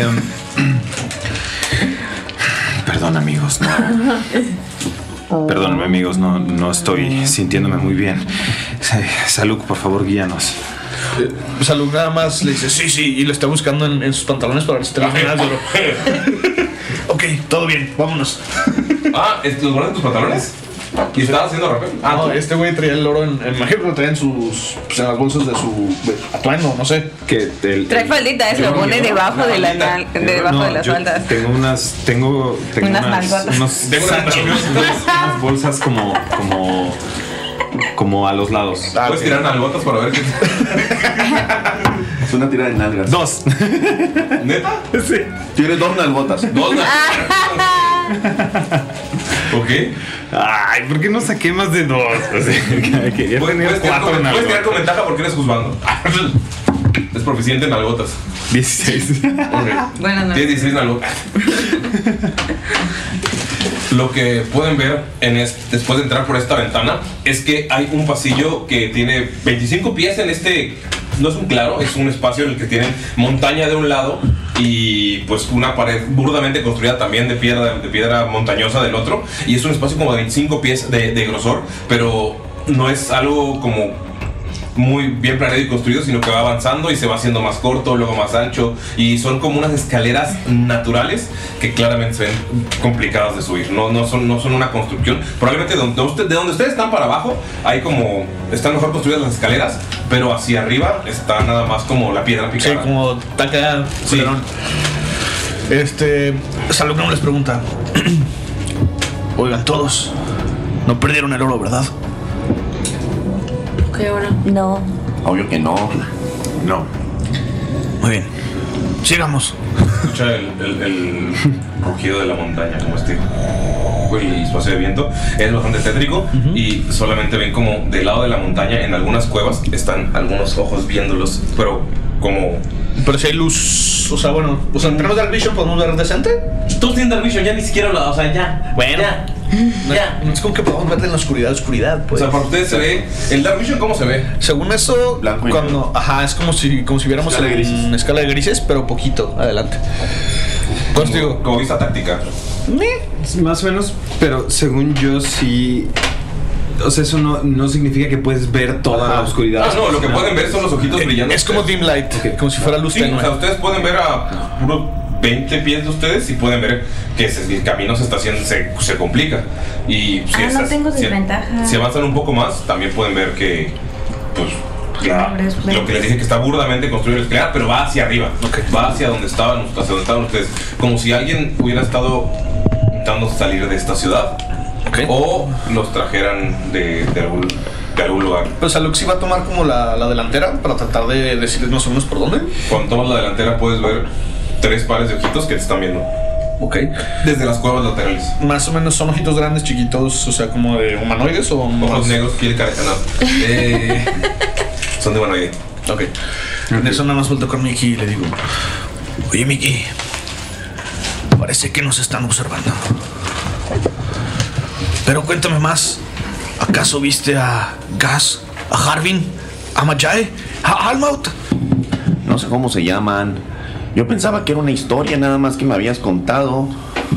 Perdón, amigos, no. Perdóname, amigos, no estoy sintiéndome muy bien. Saluk, por favor, guíanos. Saluk nada más le dice sí, y lo está buscando en sus pantalones para ver si te las ganas de oro. Ok, todo bien, vámonos. ¿Los guardas en tus pantalones? ¿Y estaba haciendo rapel? No, este güey traía el oro imagino que lo traía en en las bolsas de su atuendo, no sé. Trae faldita, lo pone debajo de las faldas. Tengo unas unas bolsas como a los lados. ¿Puedes tirar nalgotas para ver qué? Es una tira de nalgas. 2. ¿Neta? Sí. Tienes 2 nalgotas. 2 nalgotas. Ok. Ay, ¿por qué no saqué más de 2? O sea, quería tener 4 nalgotas. Puedes tirar con ventaja porque eres juzgando. Es proficiente en nalgotas. 16. Okay. Bueno, no. Tienes 16 nalgotas. Lo que pueden ver después de entrar por esta ventana es que hay un pasillo que tiene 25 pies en este. No es un claro, es un espacio en el que tienen montaña de un lado y pues una pared burdamente construida también de piedra montañosa del otro. Y es un espacio como de 25 pies de grosor, pero no es algo como muy bien planeado y construido, sino que va avanzando y se va haciendo más corto, luego más ancho, y son como unas escaleras naturales que claramente se ven complicadas de subir. No son una construcción. Probablemente de donde ustedes están para abajo hay como están mejor construidas las escaleras, pero hacia arriba está nada más como la piedra picada. Sí, como tan cagada. Sí. Salud no les pregunta: oigan, todos no perdieron el oro, ¿verdad? ¿Qué hora? No. Obvio que no. No. Muy bien. Sigamos. Escucha el rugido de la montaña, como el espacio de viento es bastante tétrico y solamente ven como del lado de la montaña en algunas cuevas están algunos ojos viéndolos, pero si hay luz, o sea, en términos de Dark Vision podemos ver decente. Tú tienes Dark Vision, ya ni siquiera ya. Bueno, ya. No es como que podamos ver en la oscuridad, pues. O sea, para ustedes se ve el Dark Vision, ¿cómo se ve? Según eso, blanco y negro. Es como si viéramos en escala de grises, pero poquito adelante. Pues digo, como vista táctica. Más o menos, pero según yo sí. O sea, eso no significa que puedes ver toda la oscuridad. No, lo que pueden ver son los ojitos brillando. Es como dim light, como si fuera luz tenue. O sea, ustedes pueden ver a puro 20 pies de ustedes y pueden ver que el camino se está haciendo, se complica. Y no tengo desventaja. Si avanzan un poco más, también pueden ver que pues lo que les dije que está burdamente construido el escalera, pero va hacia arriba. Va hacia donde estaban ustedes. Como si alguien hubiera estado intentando salir de esta ciudad. O los trajeran de algún lugar. Pues Saluk sí va a tomar como la delantera para tratar de decirles más o menos por dónde. Cuando tomas la delantera puedes ver 3 pares de ojitos que te están viendo. Desde las cuevas laterales. Más o menos son ojitos grandes, chiquitos, o sea, como de humanoides o ojos negros, piel caracana. Son de humanoide. En eso nada más vuelto con Mickey y le digo: oye, Mickey, parece que nos están observando. Pero cuéntame más. ¿Acaso viste a Gas, a Harbin, a Majai, a Almaut? No sé cómo se llaman. Yo pensaba que era una historia nada más que me habías contado.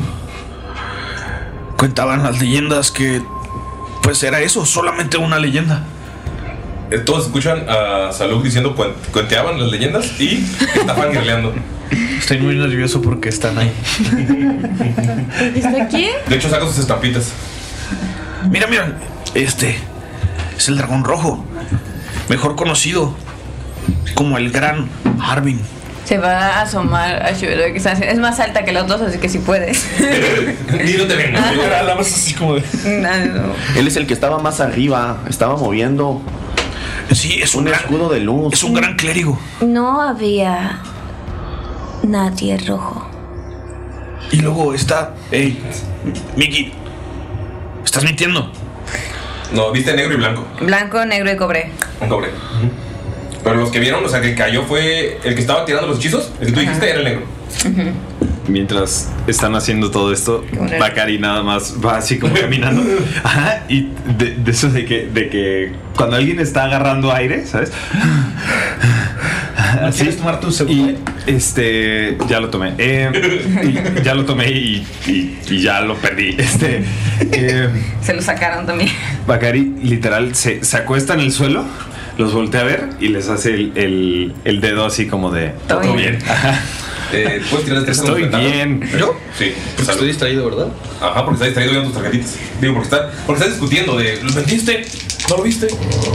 Cuentaban las leyendas que pues era eso, solamente una leyenda. Todos escuchan a Saluk diciendo cuenteaban las leyendas y estaban guerreando. Estoy muy nervioso porque están ahí. ¿Está quién? De hecho saca sus estampitas. Mira, este es el dragón rojo, mejor conocido como el gran Harbin. Se va a asomar a Shubero que está haciendo. Es más alta que los dos, así que si puedes. Ni no te ven. La más así como de. Él es el que estaba más arriba, estaba moviendo. Sí, es un escudo de luz. Es un gran clérigo. No había nadie rojo. Y luego está. Hey, Mickey, ¿estás mintiendo? No, viste negro y blanco. Blanco, negro y cobre. Un cobre. Pero los que vieron, o sea, que cayó fue el que estaba tirando los hechizos. El que tú dijiste era el negro. Mientras están haciendo todo esto, Bakari nada más va así como caminando. Ajá, y de eso de que cuando alguien está agarrando aire, ¿sabes? ¿No quieres tomar tu segundo? Y ya lo tomé. Ya lo tomé y ya lo perdí. Se lo sacaron también. Bakari literal se acuesta en el suelo, los voltea a ver y les hace el dedo así como de todo bien. Ajá. ¿Puedes tirar este? Estoy bien. ¿Yo? Sí. Porque estoy distraído, ¿verdad? Ajá, porque estás distraído viendo tus tarjetitas. Digo, porque estás discutiendo de ¿lo mentiste? ¿No lo viste?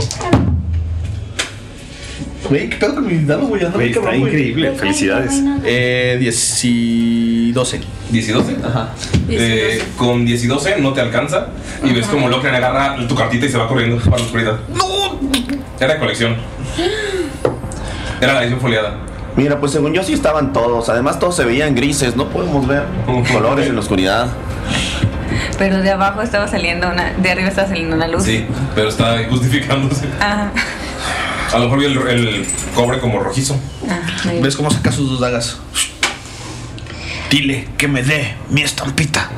Güey, ¿qué pedo con mi dado, güey? Güey, está increíble. Felicidades. 10 y 12. 10 y 12. Ajá. Con 10 y 12 no te alcanza. Y ves como Locran agarra tu cartita y se va corriendo para la oscuridad. ¡No! Era de colección. Era la edición foliada. Mira, pues según yo sí estaban todos. Además todos se veían grises. No podemos ver colores en la oscuridad. Pero de abajo estaba saliendo de arriba estaba saliendo una luz. Sí, pero está justificándose. Ajá. A lo mejor vi el cobre como rojizo. ¿Ves cómo saca sus 2 dagas? Dile que me dé mi estampita.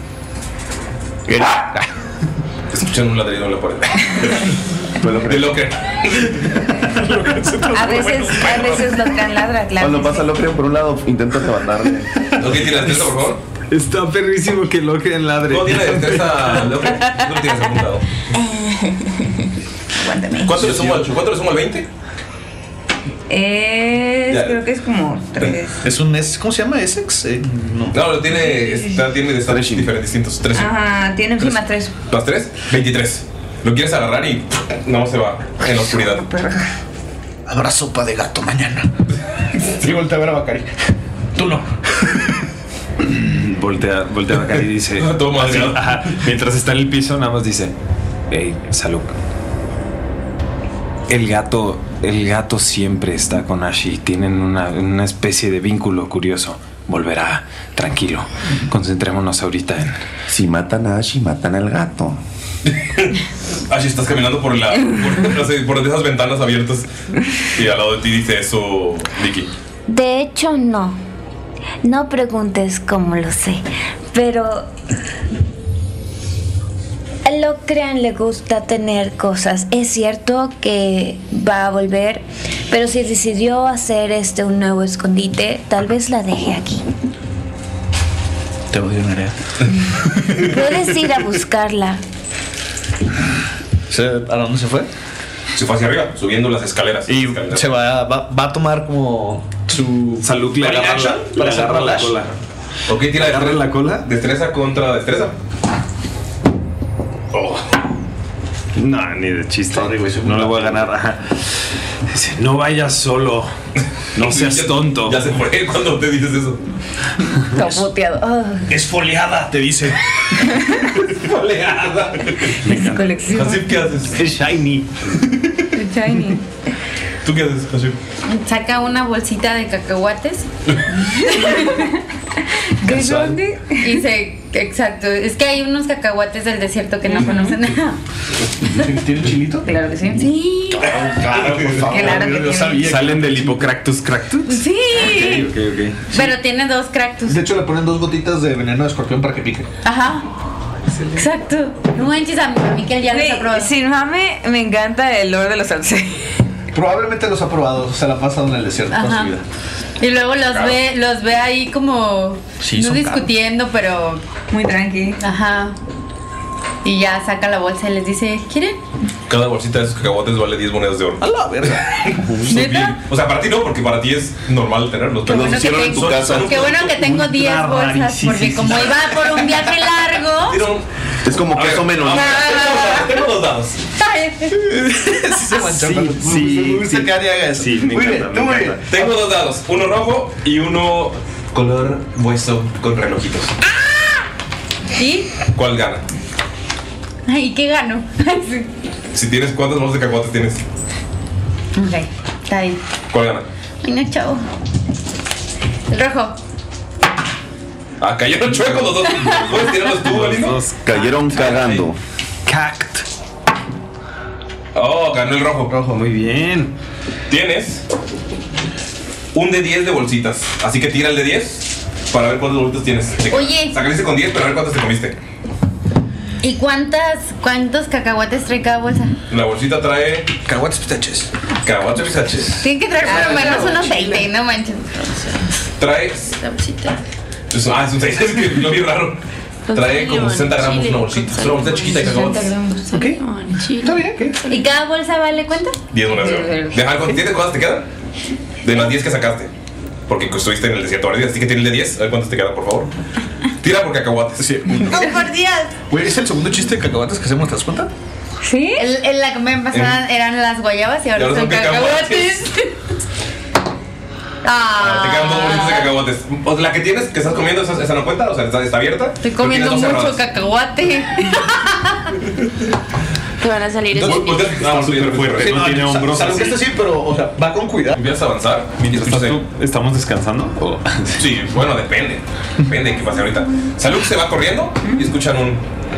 Escuchan un ladrido en la pared. De Locran. A veces Locran ladra, claro. Cuando pasa Locran por un lado, intenta levantarle. ¿No tienes destreza, por favor? Está perrísimo que Locran ladre. No tiene destreza, Locran. No lo tienes apuntado. Aguántame. ¿Cuánto le sumo al 20? Creo que es como 3. Es un ¿cómo se llama? ¿Essex? No, tiene de stats distintos. 3. Ajá, tiene encima 3. ¿Más 3? 23. Lo quieres agarrar y no se va en la oscuridad. Habrá sopa de gato mañana. Sí, voltea a ver a Bakari. Tú no. Voltea a Bakari y dice. Toma, así, ajá, mientras está en el piso, nada más dice: hey, Saluk. El gato siempre está con Ashi. Tienen una especie de vínculo curioso. Volverá, tranquilo. Concentrémonos ahorita en. Si matan a Ashi, matan al gato. Ashi, estás caminando por esas ventanas abiertas. Y al lado de ti dice eso, Vicky. De hecho, no. No preguntes cómo lo sé. Pero a Locran le gusta tener cosas. Es cierto que va a volver, pero si decidió hacer un nuevo escondite, tal vez la deje aquí. Te odio, Nerea. Puedes ir a buscarla. ¿A dónde se fue? Se fue hacia arriba, subiendo las escaleras. Y se va a tomar como su Salud, le agarra la cola. Ok, tira agarra la cola. Destreza contra destreza. No, ni de chiste. No le voy a ganar. Ajá. Dice, no vayas solo. No seas tonto. Ya se fue cuando te dices eso. Está puteado. Es foliada, te dice. Foliada. Es su colección. Hasib, ¿qué haces? Es shiny. Es shiny. ¿Tú qué haces, Hasib? Saca una bolsita de cacahuates. ¿De dónde? Y exacto, es que hay unos cacahuates del desierto que no conocen nada. ¿Tiene chilito? Claro que sí. Sí. Claro, por favor. Claro que yo sabía. ¿Salen del Hippocractus cractus? Sí. Ok. Pero tiene 2 cactus. De hecho, le ponen 2 gotitas de veneno de escorpión para que pique. Ajá. Exacto. No manches, a Miquel ya los ha probado. Sin mame, me encanta el olor de los salsés. Probablemente los ha probado, se la ha pasado en el desierto toda su vida. Y luego los ve ahí como Sí, no son discutiendo, pero muy tranqui. Ajá. Y ya saca la bolsa y les dice, ¿quieren? Cada bolsita de esos cacahuates vale 10 monedas de oro. A la verga. ¿Neta? O sea, para ti no, porque para ti es normal tenerlos. Qué bueno, qué bueno que tengo 10 bolsas, porque como iba por un viaje largo. Es como que eso menos. Tengo 2 dados. Sí se manchó. Me gusta que Ari haga eso. Sí, me encanta. Muy bien. Tengo 2 dados, uno rojo y uno color hueso con relojitos. ¿Sí? ¿Cuál gana? Ay, ¿qué gano? Si tienes, ¿cuántas bolsas de cacahuates tienes? Ok, está bien. ¿Cuál gana? Ay, no, chavo. El rojo. Ah, cayeron chuecos los dos. ¿Puedes tirarlos tú, Galindo? Cayeron cagando. Cact. Oh, ganó el rojo. Rojo, muy bien. Tienes un de 10 de bolsitas. Así que tira el de 10 para ver cuántas bolsitas tienes. Oye. Sacaste con 10, pero a ver cuántas te comiste. ¿Y cuántos cacahuates trae cada bolsa? La bolsita trae cacahuates pistaches. Cacahuates pistaches. Tienen que traer por lo menos unos 20, no manches. Trae. La bolsita. Es un 6, es que lo vi raro. Trae como 60 gramos una bolsita. Es una bolsita chiquita de cacahuates. Ok. Está bien, ¿qué? ¿Y cada bolsa vale cuánto? 10 monedas de oro. Deja, ¿tienes cuántas te quedan? De las 10 que sacaste. Porque estuviste en el desierto varios días. Así que tienes de 10. A ver cuántas te quedan, por favor. Tira por cacahuates. Sí. ¡No, por Dios! Güey, ¿es el segundo chiste de cacahuates que hacemos? ¿Te das cuenta? ¿Sí? En la comida pasada eran las guayabas y ahora son cacahuates. Te quedan 2 bolsitas de cacahuates. O la que tienes, que estás comiendo, esa no cuenta. O sea, está abierta. Estoy comiendo mucho cacahuate. Te van a salir esos niños. Súper fuerte, no tiene hombros. Salud que está así, pero o sea, va con cuidado. Empiezas a avanzar. ¿Estamos descansando? Sí, bueno, depende. Depende de qué pase ahorita. Salud se va corriendo y escuchan un.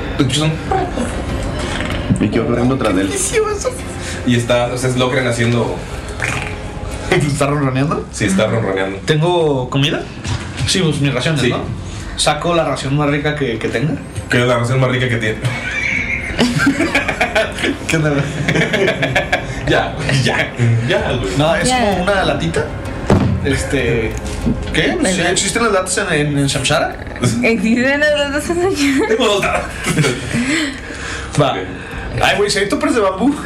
Y quedo corriendo tras de él. Y está, o sea, es Locren haciendo. ¿Está ronroneando? Sí, está ronroneando. ¿Tengo comida? Sí, pues mis raciones, Sí. ¿no? ¿Saco la ración más rica que tenga? ¿Qué es la ración más rica que tiene? ¿Qué onda? Ya, güey. No, es como una latita. ¿Qué? ¿Sí ¿Existen las latas en Shamshara? ¿Existen las latas en Shamshara? Tengo 2 dados. Va. Ay, güey, si hay toppers de bambú.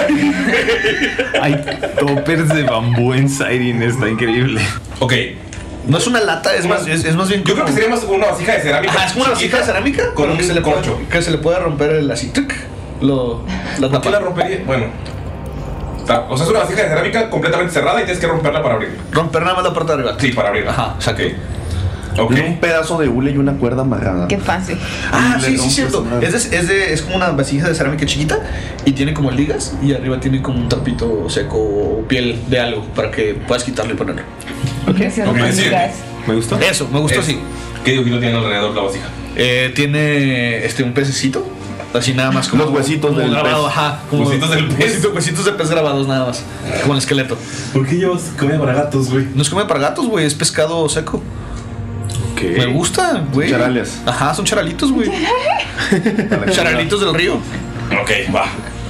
Hay toppers de bambú en Siren, está increíble. Ok. No es una lata, es más bien. Yo creo que sería más una vasija de cerámica. Ah, es como una vasija de cerámica con un que se le corcho. Que se le puede romper el así. La ¿Por qué la rompería? Bueno. O sea, es una vasija de cerámica completamente cerrada y tienes que romperla para abrirla. Romper nada más la parte de arriba. Sí, para abrirla. Ajá, exacto. Okay. Un pedazo de hule y una cuerda amarrada. Qué fácil. Ah, sí, cierto. Es como una vasija de cerámica chiquita y tiene como ligas y arriba tiene como un trapito seco o piel de algo para que puedas quitarlo y ponerlo. Sí. ¿Me gustó? Eso, me gustó así. ¿Qué digo que no tiene alrededor la vasija? Tiene un pececito. Así nada más como los huesitos del grabado, pez. Ajá, como huesitos del pez. Huesitos de pez grabados nada más. Como el esqueleto. ¿Por qué llevas comida para gatos, güey? No es comida para gatos, güey, es pescado seco. ¿Qué? Me gusta, güey. Charales. Ajá, son charalitos, güey. Charalitos del río. Ok, va.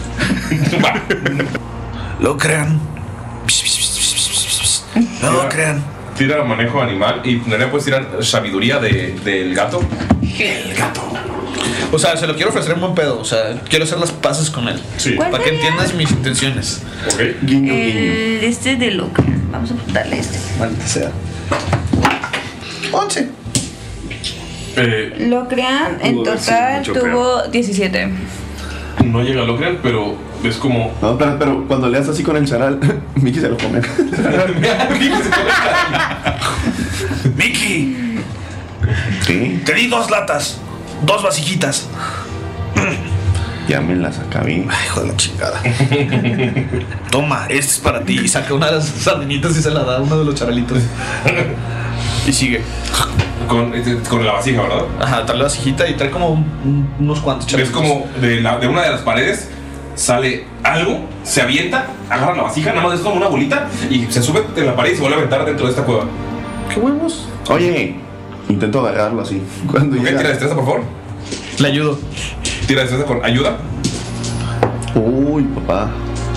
Lo crean. No lo crean. Tira manejo animal y Nerea puedes tirar sabiduría del gato. El gato. O sea, se lo quiero ofrecer en buen pedo. O sea, quiero hacer las paces con él. Sí. Para que entiendas mis intenciones. Ok. Guiño, guiño. Este de Luke. Vamos a apuntarle este. Maldita sea. 11. Lo crean, en total mucho tuvo 17. no llega a Locrian, pero es como. No, pero cuando le das así con el charal, Mickey se lo come. ¡Mickey! ¿Sí? Te di 2 latas, 2 vasijitas. Ya me las acabé. Ay, hijo de la chingada. Toma, este es para ti. Y saca una de las sardinitas y se la da a uno de los charalitos. Y sigue. Con la vasija, ¿verdad? Ajá, trae la vasijita y trae como unos cuantos charalitos. Es como de una de las paredes sale algo, se avienta, agarra la vasija, nada más es como una bolita y se sube en la pared y se vuelve a aventar dentro de esta cueva. ¿Qué huevos? Oye, intento agarrarlo así. Cuando llega... Tira destreza, por favor. Le ayudo. Tira destreza con ayuda. Uy, papá.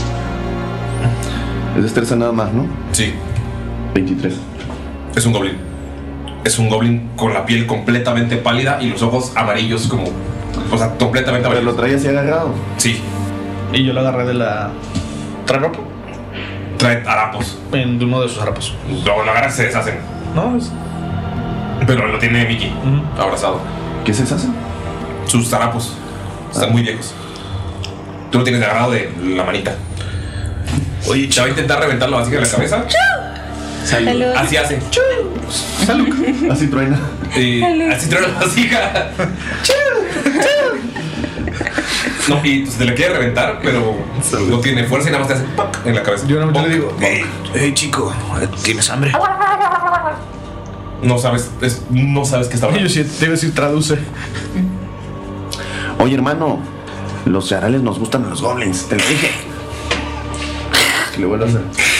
Es destreza nada más, ¿no? Sí. 23. Es un goblin. Es un goblin con la piel completamente pálida y los ojos amarillos como... O sea, completamente amarillos. ¿Pero lo traía así agarrado? Sí. Y yo lo agarré de la... ¿Trae ropa? Trae harapos. En uno de sus harapos. Luego lo agarras y se deshacen. No, es... Pero lo tiene Mickey, abrazado. ¿Qué se deshacen? Sus harapos. Están muy viejos. Tú lo tienes agarrado de la manita. Oye, te va a intentar reventar la vasija en la cabeza. Salud. Así hace. Salud. Así truena. Así truena la vasija. No, y te la quiere reventar, pero no tiene fuerza y nada más te hace ¡pac! En la cabeza. Yo nada más le digo, hey chico, ¿tienes hambre? No sabes qué está hablando. Yo sí, te iba a decir, traduce. Oye, hermano, los charales nos gustan a los goblins, te lo dije. Que le vuelvo a hacer.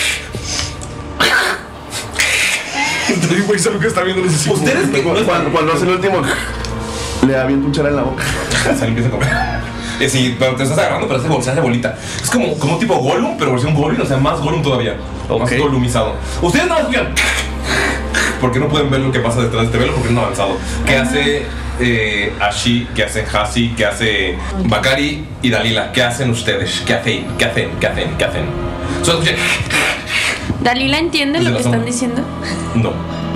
Ustedes que cuando hace el último, le aviento un charal en la boca. Se le empieza a comer. Sí, pero te estás agarrando, pero se hace bolita. Es como tipo Gollum, pero versión Goblin, o sea, más Gollum todavía. Más Gollumizado. Ustedes no escuchan. Porque no pueden ver lo que pasa detrás de este velo porque no han avanzado. ¿Qué hace Ashi? ¿Qué hace Hasi? ¿Qué hace Bakari y Dalila? ¿Qué hacen ustedes? ¿Qué hacen? Solo escuché. ¿Dalila entiende lo que están diciendo? No.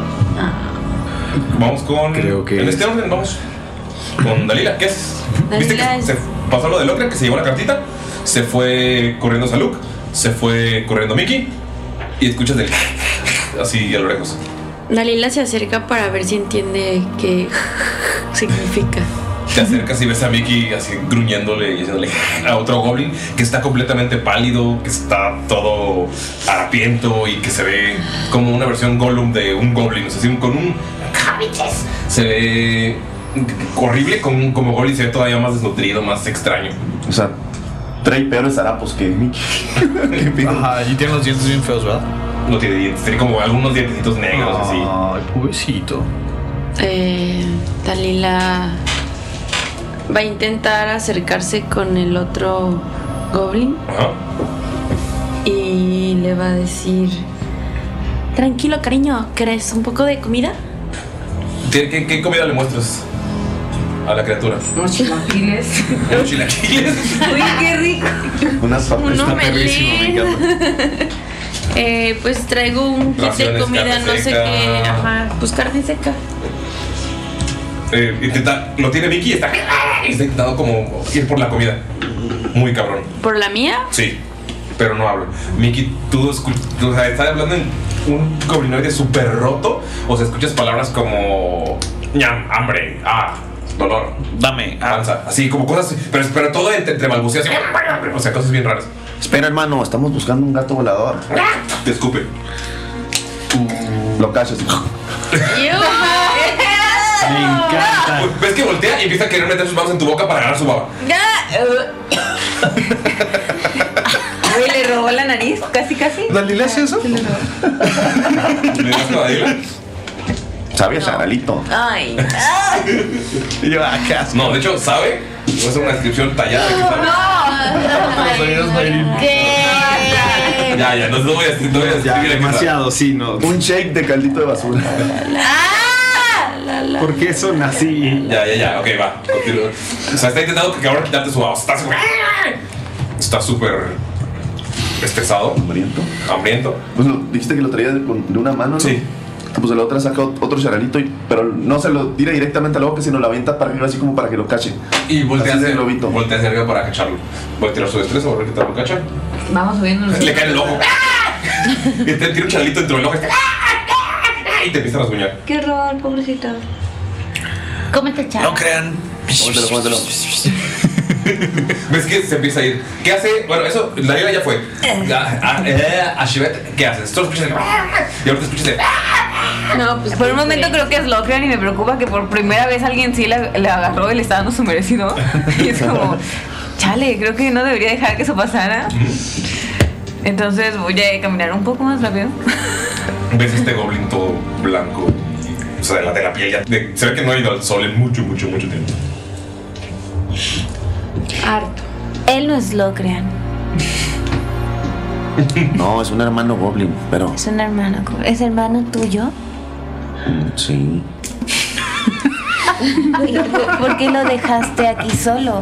Vamos con. Creo que. En este orden, vamos. Con Dalila, ¿qué haces? ¿Viste que se pasó lo de Locre, que se llevó la cartita? Se fue corriendo Saluk, se fue corriendo Mickey y escuchas del así a lo lejos. Dalila se acerca para ver si entiende qué significa. Te acercas y ves a Mickey así gruñéndole y haciéndole a otro goblin que está completamente pálido, que está todo harapiento y que se ve como una versión Gollum de un goblin, o sea, así con un cabiches. Se ve horrible como goblin, se ve todavía más desnutrido, más extraño. O sea, trae peores harapos que Mickey. Ajá, y tiene los dientes bien feos, ¿verdad? No tiene dientes, tiene como algunos dientecitos negros así. Ay, pobrecito. Dalila va a intentar acercarse con el otro goblin. Ajá. Y le va a decir: tranquilo, cariño, ¿querés un poco de comida? ¿Qué comida le muestras a la criatura? Unos chilaquiles. ¿Unos chilaquiles? Uy, qué rico. Unas papas. Uno pues traigo un kit de comida, no sé qué. Ajá, pues carne seca. Lo tiene Vicky y está intentando como ir por la comida. Muy cabrón. ¿Por la mía? Sí, pero no hablo. Mickey, tú estás hablando en un goblinoide súper roto. O sea, escuchas palabras como ñam, hambre, dolor, dame, panza, así como cosas, pero todo entre balbuceos, o sea, cosas bien raras. Espera, hermano, estamos buscando un gato volador. Te escupe. Lo cachas. Me encanta. ¿Ves que voltea y empieza a querer meter sus manos en tu boca para agarrar su baba? Uy, le robó la nariz, casi. ¿Dalila hace eso? ¿Le das a Dalila? ¿Sabe a charalito? Ay. Y yo, acá. No, de hecho, ¿sabe? No es una descripción tallada. Ya, no voy a decir. Ya, demasiado, sí, no. Un shake de caldito de basura. ¿Por qué son así? Ya, ok, va. Continúa. O sea, está intentando que ahora quitarte su voz. Está súper estresado. Hambriento. Hambriento. Pues dijiste que lo traía de una mano, ¿no? Sí. Pues de la otra saca otro charalito, pero no se lo tira directamente a la boca, sino lo avienta para arriba así como para que lo cache. Y voltea hacia arriba para cacharlo. Voy a tirar su destreza, a ver qué tal lo cacha. Vamos subiendo. Le cae en el ojo. Y te tira un charalito dentro del ojo. Y te empieza a rasguñar. Qué horror, pobrecito. Cómete, chavo. No crean. Cómetelo. ¿Ves que se empieza a ir? ¿Qué hace? Bueno, eso, la vida ya fue. A Shivet, ¿qué haces? Todos escuchan. Y ahorita escuchas. No, pues por un momento creo que es Locran y me preocupa que por primera vez alguien sí le agarró y le está dando su merecido. Y es como, chale, creo que no debería dejar que eso pasara. Entonces voy a caminar un poco más rápido. ¿Ves este goblin todo blanco? O sea, de la piel ya. Se ve que no ha ido al sol en mucho tiempo. Harto. Él no es Locran. No, es un hermano goblin, pero... Es un hermano. ¿Es hermano tuyo? Sí. ¿Por qué lo dejaste aquí solo?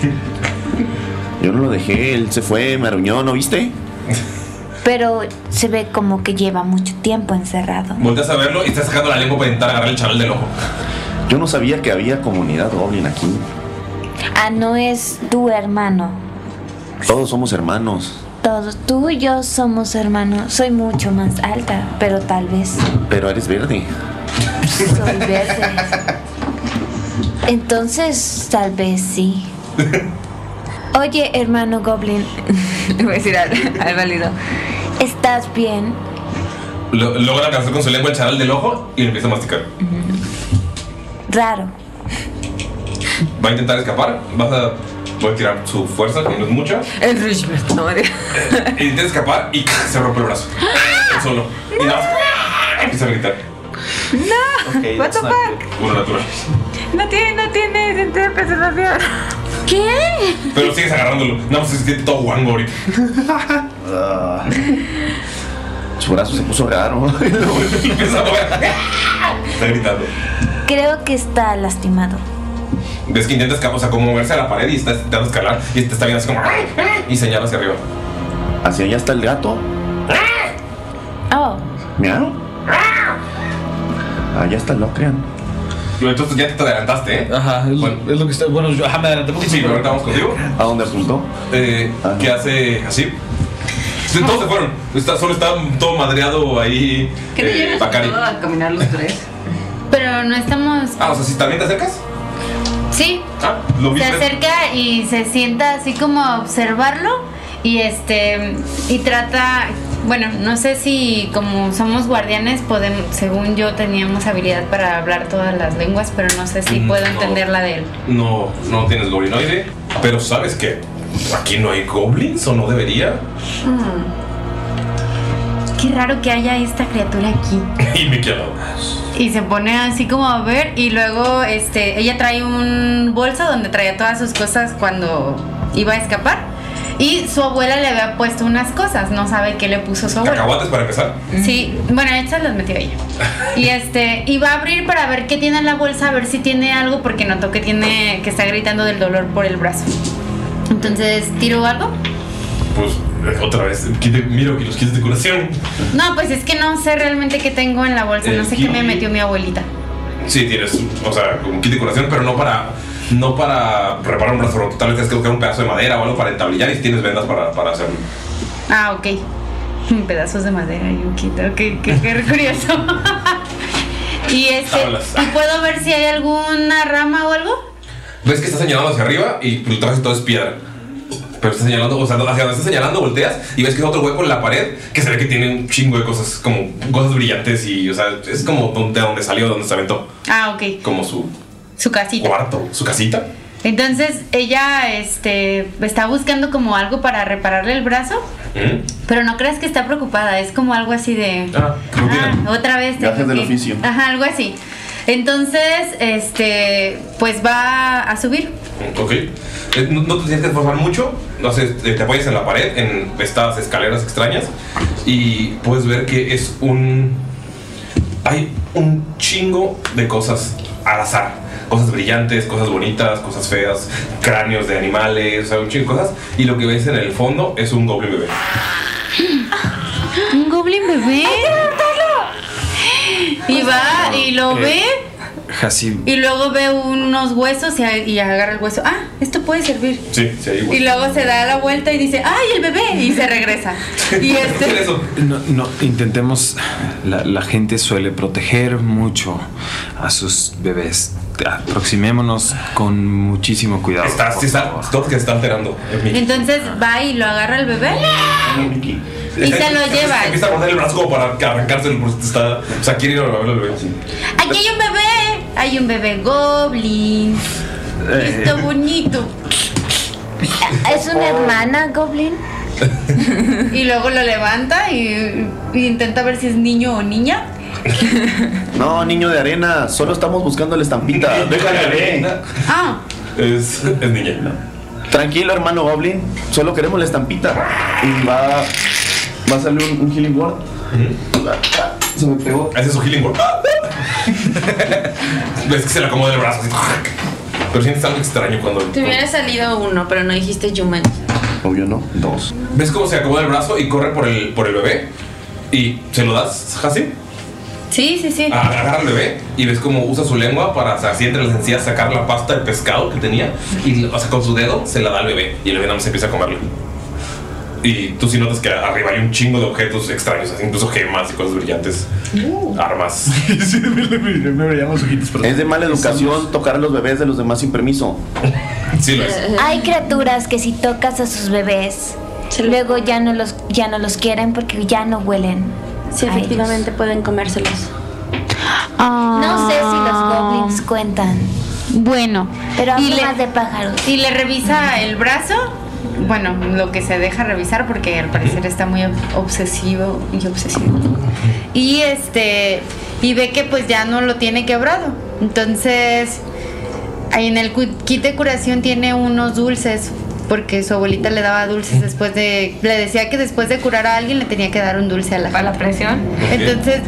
Yo no lo dejé, él se fue, me arruinó, ¿no viste? Pero se ve como que lleva mucho tiempo encerrado. Volteas a verlo y estás sacando la lengua para intentar agarrar el charal del ojo. Yo no sabía que había comunidad goblin aquí. Ah, no es tu hermano. Todos somos hermanos. Todos, tú y yo somos hermanos. Soy mucho más alta, pero tal vez. Pero eres verde. Soy verde. Entonces, tal vez sí. Oye, hermano Goblin. Voy a decir al válido. ¿Estás bien? Logra alcanzar con su lengua el charal del ojo y lo empieza a masticar. Raro. Va a intentar escapar. Voy a tirar su fuerza, que no es mucha. El Richmond, no me Intenta escapar y se rompe el brazo. Él solo. Y nada más empieza a gritar. No, Okay, what the fuck. Uno natural. No tiene sentido de preservación. ¿Qué? Pero sigues agarrándolo. Nada más se siente todo guango ahorita. Su brazo se puso raro. Empieza a mover. Está gritando. Creo que está lastimado. Ves que intenta escapar, o sea, como moverse a la pared y está intentando escalar y te está viendo así como y señala hacia arriba. ¿Hacia allá está el gato? Oh. ¿Miau? Allá está el Locran. Entonces ya te adelantaste, ¿eh? Ajá, es lo que está. Bueno, yo me adelanté porque sí, pero ahorita vamos contigo. ¿A dónde apuntó? ¿Qué hace así? Todos se fueron. Solo está todo madreado ahí. Bacari. A caminar los tres. Pero no estamos. Ah, o sea, si también te acercas. Sí. Lo Se viste. acerca y se sienta así como a observarlo y y trata, bueno, no sé si como somos guardianes podemos, según yo teníamos habilidad para hablar todas las lenguas, pero no sé si puedo entender la de él. No tienes goblinoide, pero sabes que aquí no hay goblins o no debería. Qué raro que haya esta criatura aquí. Y me quedo. Y se pone así como a ver y luego ella trae un bolso donde traía todas sus cosas cuando iba a escapar y su abuela le había puesto unas cosas, no sabe qué le puso su abuela. ¿Cacahuates para empezar? Sí, bueno, estas las metió ella. Y va a abrir para ver qué tiene en la bolsa, a ver si tiene algo porque notó que que está gritando del dolor por el brazo. Entonces, ¿tiro algo? Pues otra vez, miro que los kits de curación. No, pues es que no sé realmente qué tengo en la bolsa, no sé qué me metió mi abuelita. Sí, tienes, o sea, un kit de curación, pero no para reparar un brazo roto. Tal vez tienes que buscar un pedazo de madera o algo para entablillar y tienes vendas para hacerlo. Ah, ok. Pedazos de madera y un kit, ok, qué curioso. y puedo ver si hay alguna rama o algo. Ves que está señalando hacia arriba y el traje todo es piedra. Pero está señalando, o sea, hacia donde está señalando, volteas y ves que es otro hueco en la pared que se ve que tiene un chingo de cosas, como cosas brillantes y, o sea, es como de donde salió, de donde se aventó. Ah, ok. Como su casita. Cuarto, su casita. Entonces ella está buscando como algo para repararle el brazo, pero no creas que está preocupada, es como algo así de otra vez gajes del oficio. Ajá, algo así. Entonces, pues va a subir. Ok. No te tienes que esforzar mucho. No sé, te apoyas en la pared, en estas escaleras extrañas, y puedes ver que hay un chingo de cosas al azar. Cosas brillantes, cosas bonitas, cosas feas, cráneos de animales, o sea, un chingo de cosas. Y lo que ves en el fondo es un goblin bebé. ¿Un goblin bebé? Lo ve Hasib. y luego ve unos huesos y agarra el hueso. Ah, esto puede servir. Sí, hay huesos. Y luego se da la vuelta y dice, ¡ay, el bebé! Y se regresa. Y No, intentemos. La gente suele proteger mucho a sus bebés. Aproximémonos con muchísimo cuidado. Todo que se está alterando. Entonces va y lo agarra el bebé y se lo lleva. Empieza a morder el brazo como para arrancárselo porque está. O sea, quiere ir a verlo al bebé. Aquí hay un bebé. Hay un bebé goblin. Está bonito. ¿Es una hermana goblin? Y luego lo levanta y intenta ver si es niño o niña. No, niño de arena, solo estamos buscando la estampita. Déjale. Ah. Es niña. No. Tranquilo, hermano Goblin, solo queremos la estampita. Y va a salir un healing word. Se me pegó. Ese es su healing word. Ves que se le acomoda el brazo así. Pero sientes algo extraño cuando. Te hubiera salido uno, pero no dijiste human. Obvio no, 2. ¿Ves cómo se acomoda el brazo y corre por el bebé? ¿Y se lo das, Hasib? Sí. Agarra al bebé y ves cómo usa su lengua para, así entre las encías, sacar la pasta de pescado que tenía. Y con su dedo se la da al bebé. Y el bebé nada más empieza a comerlo. Y tú sí notas que arriba hay un chingo de objetos extraños, así, incluso gemas y cosas brillantes. Armas. Sí, me brillan los ojitos. Es de mala educación tocar a los bebés de los demás sin permiso. Sí, lo es. Hay criaturas que si tocas a sus bebés, luego ya no los quieren porque ya no huelen. Sí, efectivamente pueden comérselos. No sé si los goblins cuentan. Bueno, pero hablo más de pájaros. Y le revisa el brazo. Bueno, lo que se deja revisar porque al parecer está muy obsesivo. Y y ve que pues ya no lo tiene quebrado. Entonces, ahí en el kit de curación tiene unos dulces. Porque su abuelita le daba dulces le decía que después de curar a alguien le tenía que dar un dulce a ¿Para la presión? Entonces,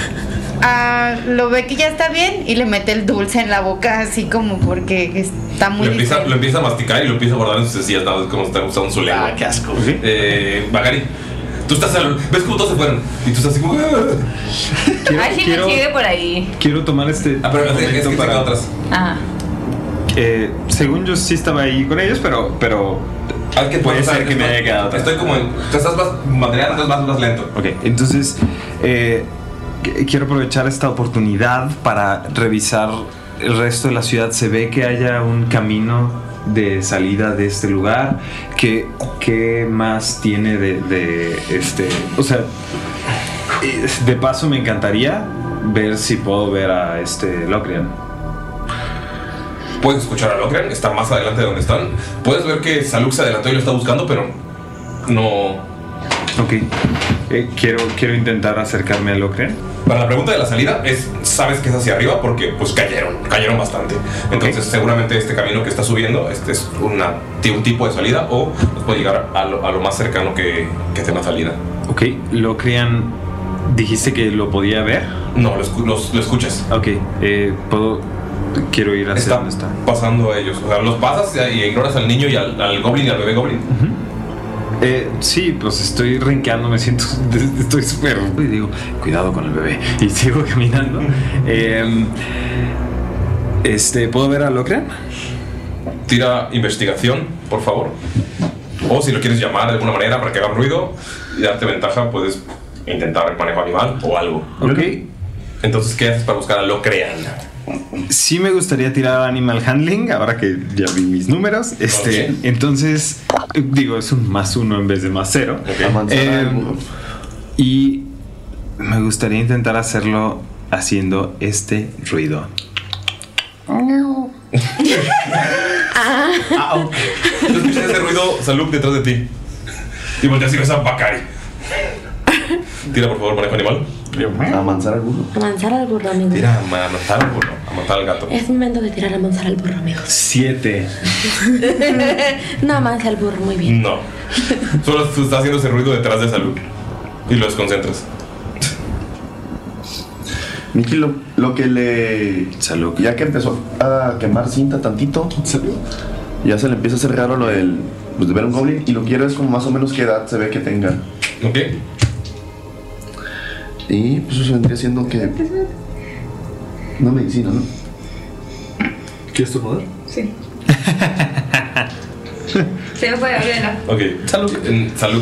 lo ve que ya está bien y le mete el dulce en la boca así como porque está muy lo empieza a masticar y lo empieza a guardar en sus encías, como está usando su lengua. Qué asco. Bagari, tú estás ves cómo todos se fueron y tú estás así como. Ay, sí me sigue por ahí. Quiero tomar pero es que se quedó atrás. Ajá. Según yo sí estaba ahí con ellos, pero puede ser que me haya quedado atrás. Estoy como tú estás más material, entonces más lento. Ok, entonces quiero aprovechar esta oportunidad para revisar el resto de la ciudad. Se ve que haya un camino de salida de este lugar. ¿Qué más tiene o sea, de paso me encantaría ver si puedo ver a Locrian. Puedes escuchar a Locrian, está más adelante de donde están. Puedes ver que Saluk se adelantó y lo está buscando, pero no. Ok. Quiero intentar acercarme a Locrian. Para la pregunta de la salida, sabes que es hacia arriba porque pues cayeron bastante. Entonces seguramente este camino que está subiendo es un tipo de salida o nos puede llegar a lo más cercano que tenga una salida. Ok, Locrian, ¿dijiste que lo podía ver? No, lo escuchas. Ok, quiero ir hacia donde está. Pasando a ellos. O sea, los pasas y ignoras al niño y al goblin y al bebé goblin. Sí, pues estoy rinqueando, me siento. Estoy súper. Y digo, cuidado con el bebé. Y sigo caminando. ¿Puedo ver a Locrian? Tira investigación, por favor. O si lo quieres llamar de alguna manera para que haga ruido y darte ventaja, puedes intentar manejo animal o algo. Ok. Entonces, ¿qué haces para buscar a Locrian? Sí me gustaría tirar Animal Handling, ahora que ya vi mis números. Entonces, es un +1 en vez de +0. Y me gustaría intentar hacerlo haciendo este ruido. ¿Tú escuchas ese ruido, Saluk, detrás de ti? Y volteas y ves a Bakari. Tira, por favor, manejo animal. Amansar al burro. Amansar al burro, amigo. Tira a matar al burro, a matar al gato. Es momento de tirar a amansar al burro, amigo. 7. No amansa al burro, muy bien. No. Solo tú estás haciendo ese ruido detrás de Saluk y lo desconcentras. Miki, lo que le. Salud. Ya que empezó a quemar cinta tantito, ya se le empieza a hacer raro lo de ver un goblin. Y lo quiero es como más o menos qué edad se ve que tenga. Ok. Y pues eso vendría siendo que No medicina, ¿no? ¿Quieres turnar? Sí. Se me fue la vena. Ok. Salud. Salud.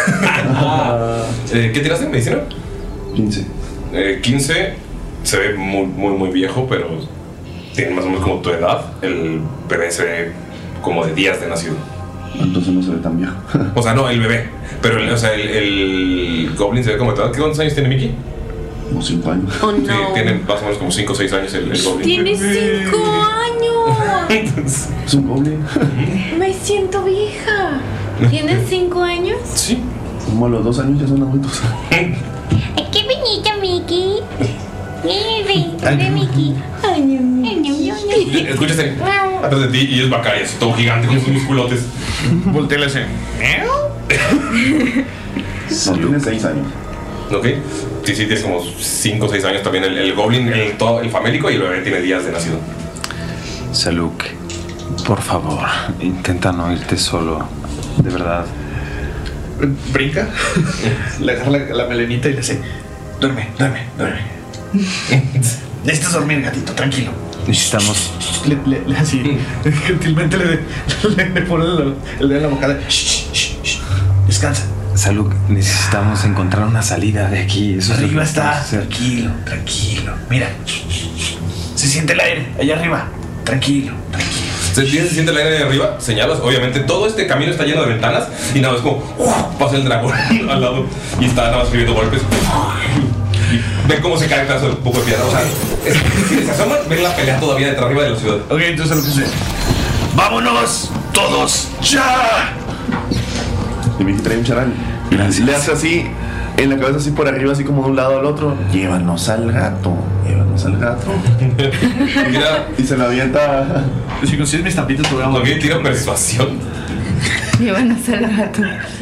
¿Qué tiraste en medicina? 15. 15. Se ve muy viejo, pero tiene más o menos como tu edad. El bebé se ve como de días de nacido. Entonces no se ve tan viejo. O sea, no, el bebé. Pero el goblin se ve como de tu edad. ¿Cuántos años tiene Mickey? Como 5 años. Oh, no. Sí, tiene más o menos como 5 o 6 años el goblin. Tiene 5 años. Es un goblin. Me siento vieja. ¿Tienes 5 años? Sí. Como a los 2 años ya son adultos. ¡Qué bonito, Mickey! ¡Ve, Mickey! Escuchas atrás de ti y es Bacari, es todo gigante con sus musculotes. Voltea y le hace. No, tiene 6 años. Ok. Sí, tienes como 5 o 6 años también. El goblin, el famélico, y el bebé tiene días de nacido. Saluk, por favor, intenta no irte solo. De verdad. Brinca, le agarra la melenita y le hace. Duerme. Necesitas dormir, gatito, tranquilo. Necesitamos. Le así, gentilmente le pone el dedo en la boca. Descansa. Saluk, necesitamos encontrar una salida de aquí. Eso Arriba es lo que está. Tranquilo. Mira, se siente el aire allá arriba. Tranquilo. Se siente el aire de arriba, señalas. Obviamente todo este camino está lleno de ventanas y nada más como pasa el dragón al lado y está nada más recibiendo golpes. Y ven cómo se cae el pedazo de un poco de piedra. O sea, si se asoman, ven la pelea todavía detrás arriba de la ciudad. Ok, entonces lo que sé. ¡Vámonos! ¡Todos! ¡Ya! Y Mickey trae un charal. Le hace así, en la cabeza así por arriba, así como de un lado al otro. Llévanos al gato. Mira. Y se lo avienta. Si consigues mi estampita, te voy a morir. Ok, tira persuasión. Llévanos al gato.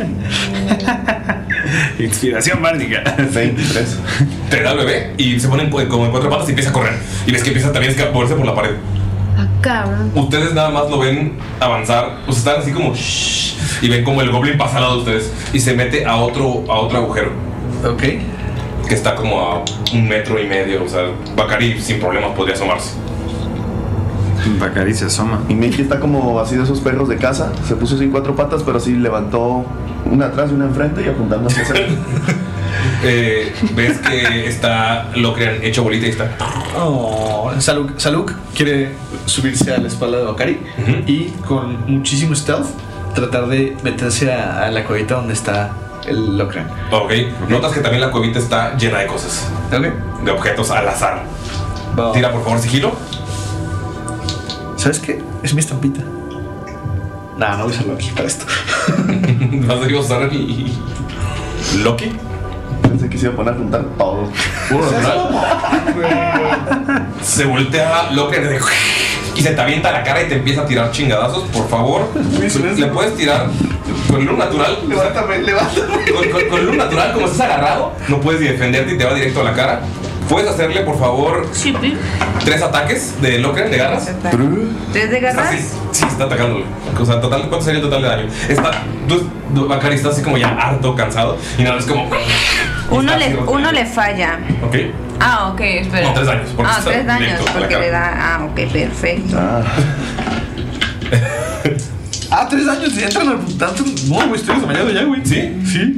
Inspiración bárdica. 23. Te da el bebé y se ponen como en 4 patas y empieza a correr. Y ves que empieza también a moverse por la pared. Ah, cabrón. Ustedes nada más lo ven avanzar. O sea, están así como shh, y ven como el goblin pasa al lado de ustedes y se mete a otro agujero. Ok. Que está como a 1,5 metros. O sea, Bacari sin problemas podría asomarse. Bacari se asoma. Y Mickey está como así de esos perros de casa. Se puso sin 4 patas, pero así levantó una atrás y una enfrente y apuntando hacia él. Ves que está Locrian hecho bolita y está. Saluk quiere subirse a la espalda de Bacari y con muchísimo stealth tratar de meterse a la cuevita donde está el Locrian. Ok. Notas que también la cuevita está llena de cosas. De objetos al azar. Tira por favor sigilo. ¿Sabes qué? Es mi estampita. No voy a usar Loki para esto. ¿Vas a usar el Loki? Pensé que se iba a poner a juntar todo. Se voltea Loki y se te avienta a la cara y te empieza a tirar chingadazos. Por favor, le puedes tirar con luz natural. Levántame. Con luz natural, como estás agarrado, no puedes ni defenderte y te va directo a la cara. ¿Puedes hacerle, por favor, 3 ataques de Locrian, de garras? ¿3 de garras? Sí, está atacándole. O sea, total, ¿cuánto sería el total de daño? Bacari está así como ya harto, cansado. Y nada, es como. Uno le falla. Ok. Ah, ok, espera. No, 3 daños. 3 daños, porque le da. Ah, ok, perfecto. 3 daños y entran al tanto. No, güey, estoy desmayado ya, güey. ¿Sí?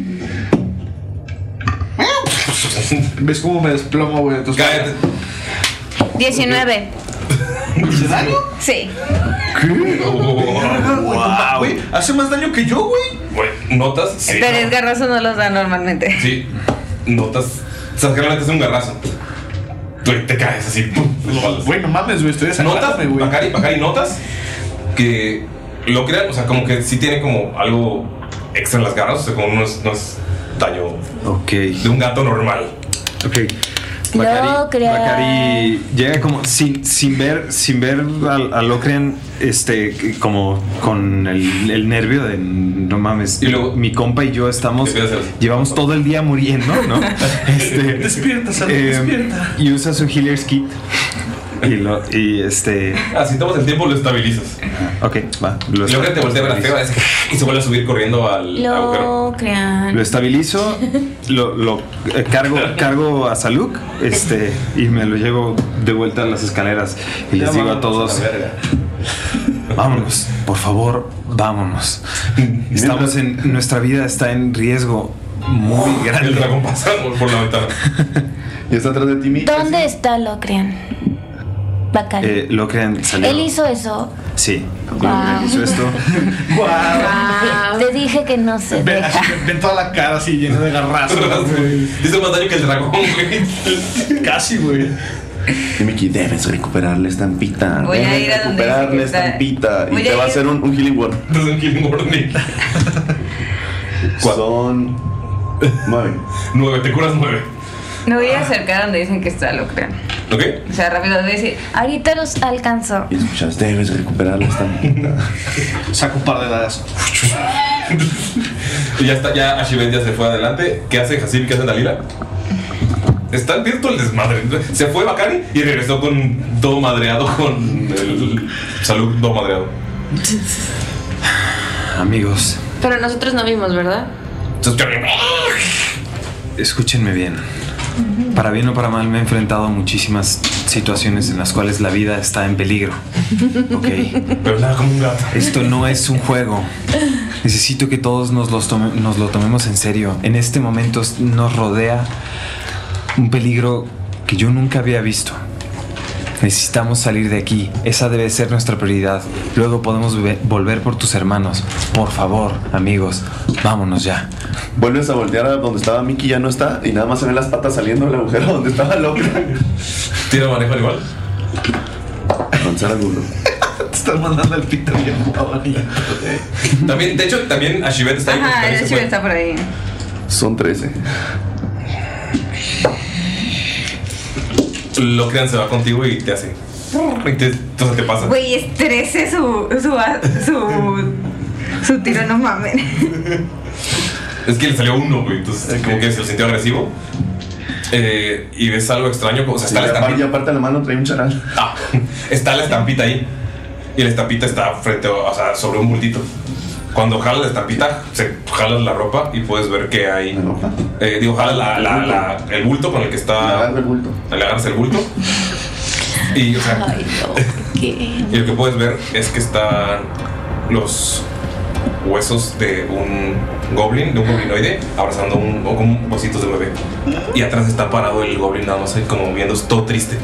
¿Ves cómo me desplomo, güey? Cállate. 19. ¿Dices daño? Sí. ¿Qué? Wow. Güey, hace más daño que yo, güey. Notas. Sí. Pero el garrazo no los da normalmente. Sí. Notas. O sea, realmente es un garrazo. Tú te caes así. Güey, no mames, güey. Estoy desangrándome, güey. Bacari, notas que lo crean. O sea, como que sí tiene como algo extra en las garras. O sea, como no es daño de un gato normal. Ok. Bacari llega como sin ver a Locrian como con el nervio de no mames. Y luego mi compa y yo llevamos todo el día muriendo, ¿no? Despierta, Salud, despierta. Y usa su healer's kit Así tomas el tiempo, lo estabilizas. Ok, va. Luego que te voltea a ver la fea y se vuelve a subir corriendo al agujero. Crean. Lo estabilizo, lo cargo a Saluk, y me lo llevo de vuelta a las escaleras y les digo a todos: vámonos, por favor, vámonos. Nuestra vida está en riesgo muy grande. El dragón pasa por la ventana. ¿Y está atrás de ti, Miki? ¿Dónde está Locrian? Bacari. Locrian salió. ¿Él hizo eso? Sí, Wow. hizo esto. Wow. Te dije que no se deja. Ven toda la cara así llena de garrazos. Hizo más daño que el dragón, güey. Casi, güey. Y Miki, debes recuperar la estampita. Voy a ir a donde recuperar dice la que está. estampita. Voy Y te a va a ir. hacer un healing word. Un healing word, Nick. Son 9, te curas 9. Me voy a acercar donde dicen que está Locrian. ¿Ok? O sea, rápido, voy a decir, ahorita los alcanzó. Y escuchas, debes recuperar la estampita. Saca un par de dagas. Y ya está, ya Ashibet ya se fue adelante. ¿Qué hace Hasib y qué hace Dalila? Está abierto el desmadre. Se fue Bacari y regresó con todo madreado, con el Salud todo madreado. Amigos, Pero nosotros no vimos, ¿verdad? escúchenme bien. Para bien o para mal me he enfrentado a muchísimas situaciones en las cuales la vida está en peligro. Ok. Pero nada como un gato. Esto no es un juego. Necesito que todos nos lo tomemos en serio. En este momento nos rodea un peligro que yo nunca había visto. Necesitamos salir de aquí. Esa debe ser nuestra prioridad. Luego podemos volver por tus hermanos. Por favor, amigos, vámonos ya. Vuelves a voltear a donde estaba Miki, ya no está. Y nada más se ven las patas saliendo del agujero donde estaba Locrian. ¿Tira manejo al igual? Avanzar al culo. Te estás mandando al pito bien. También, de hecho, también Ashibet está ahí. Ajá, el Ashibet está por ahí. Son 13. Locrian se va contigo y te hace. Entonces te pasa. Güey, estrese su tiro, no mames. Es que le salió 1, güey. Entonces, como que se lo sintió agresivo. Y ves algo extraño. O sea, está la estampita. Y aparte la mano trae un charal. Está la estampita ahí. Y la estampita está frente, o sea, sobre un bultito. Cuando jalas la estampita, jalas la ropa y puedes ver que hay. Jalas el bulto con el que está. Le agarras el bulto. Y, o sea. Ay, no, ¿qué? Y lo que puedes ver es que están los huesos de un goblin, de un goblinoide, abrazando un huesitos de bebé. Y atrás está parado el goblin, nada más ahí como viéndose todo triste.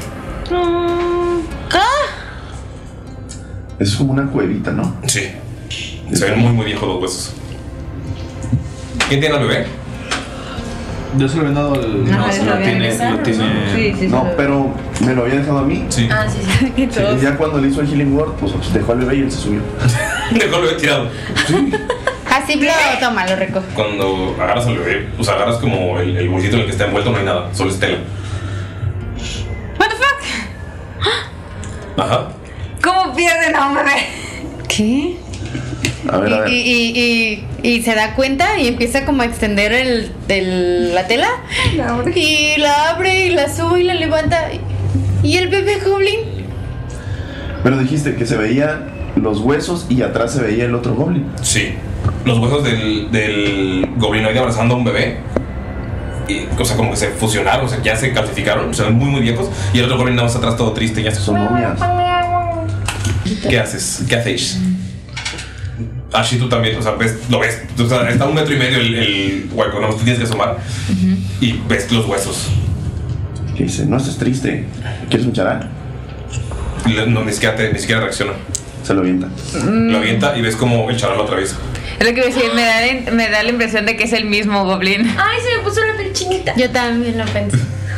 Es como una cuevita, ¿no? Sí. Se ven muy, muy viejos los huesos. ¿Quién tiene al bebé? Yo se lo he dado al. No, lo tiene. Sí, no, pero me lo había dejado a mí. Sí. Ah, sí. Y ya cuando le hizo el healing word, pues dejó al bebé y él se subió. Dejó al bebé tirado. Sí. Así lo toma, lo recoge. Cuando agarras al bebé, o sea, agarras como el bolsito en el que está envuelto, no hay nada, solo es tela. What the fuck? Ajá. ¿Cómo pierden a un bebé? ¿Qué? A ver. Y se da cuenta y empieza como a extender la tela. Y la abre y la sube y la levanta. ¿Y el bebé goblin? Pero dijiste que se veían los huesos y atrás se veía el otro goblin. Sí. Los huesos del goblinoide abrazando a un bebé. Y, o sea, como que se fusionaron, o sea, ya se calcificaron, se ven muy, muy viejos. Y el otro goblin nada más atrás todo triste y ya se son momias. ¿Qué haces? ¿Qué hacéis? Ashi, tú también, o sea, lo ves, o sea, está a 1,5 metros el hueco, no te tienes que asomar y ves los huesos. ¿Qué dice? No estés triste. ¿Quieres un charal? No, ni siquiera reacciona. Se lo avienta. Lo avienta y ves como el charal lo atraviesa. Es lo que voy a decir, me da la impresión de que es el mismo goblin. Ay, se me puso la piel chinita. Yo también lo pensé.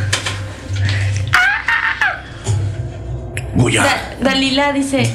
Dalila dice: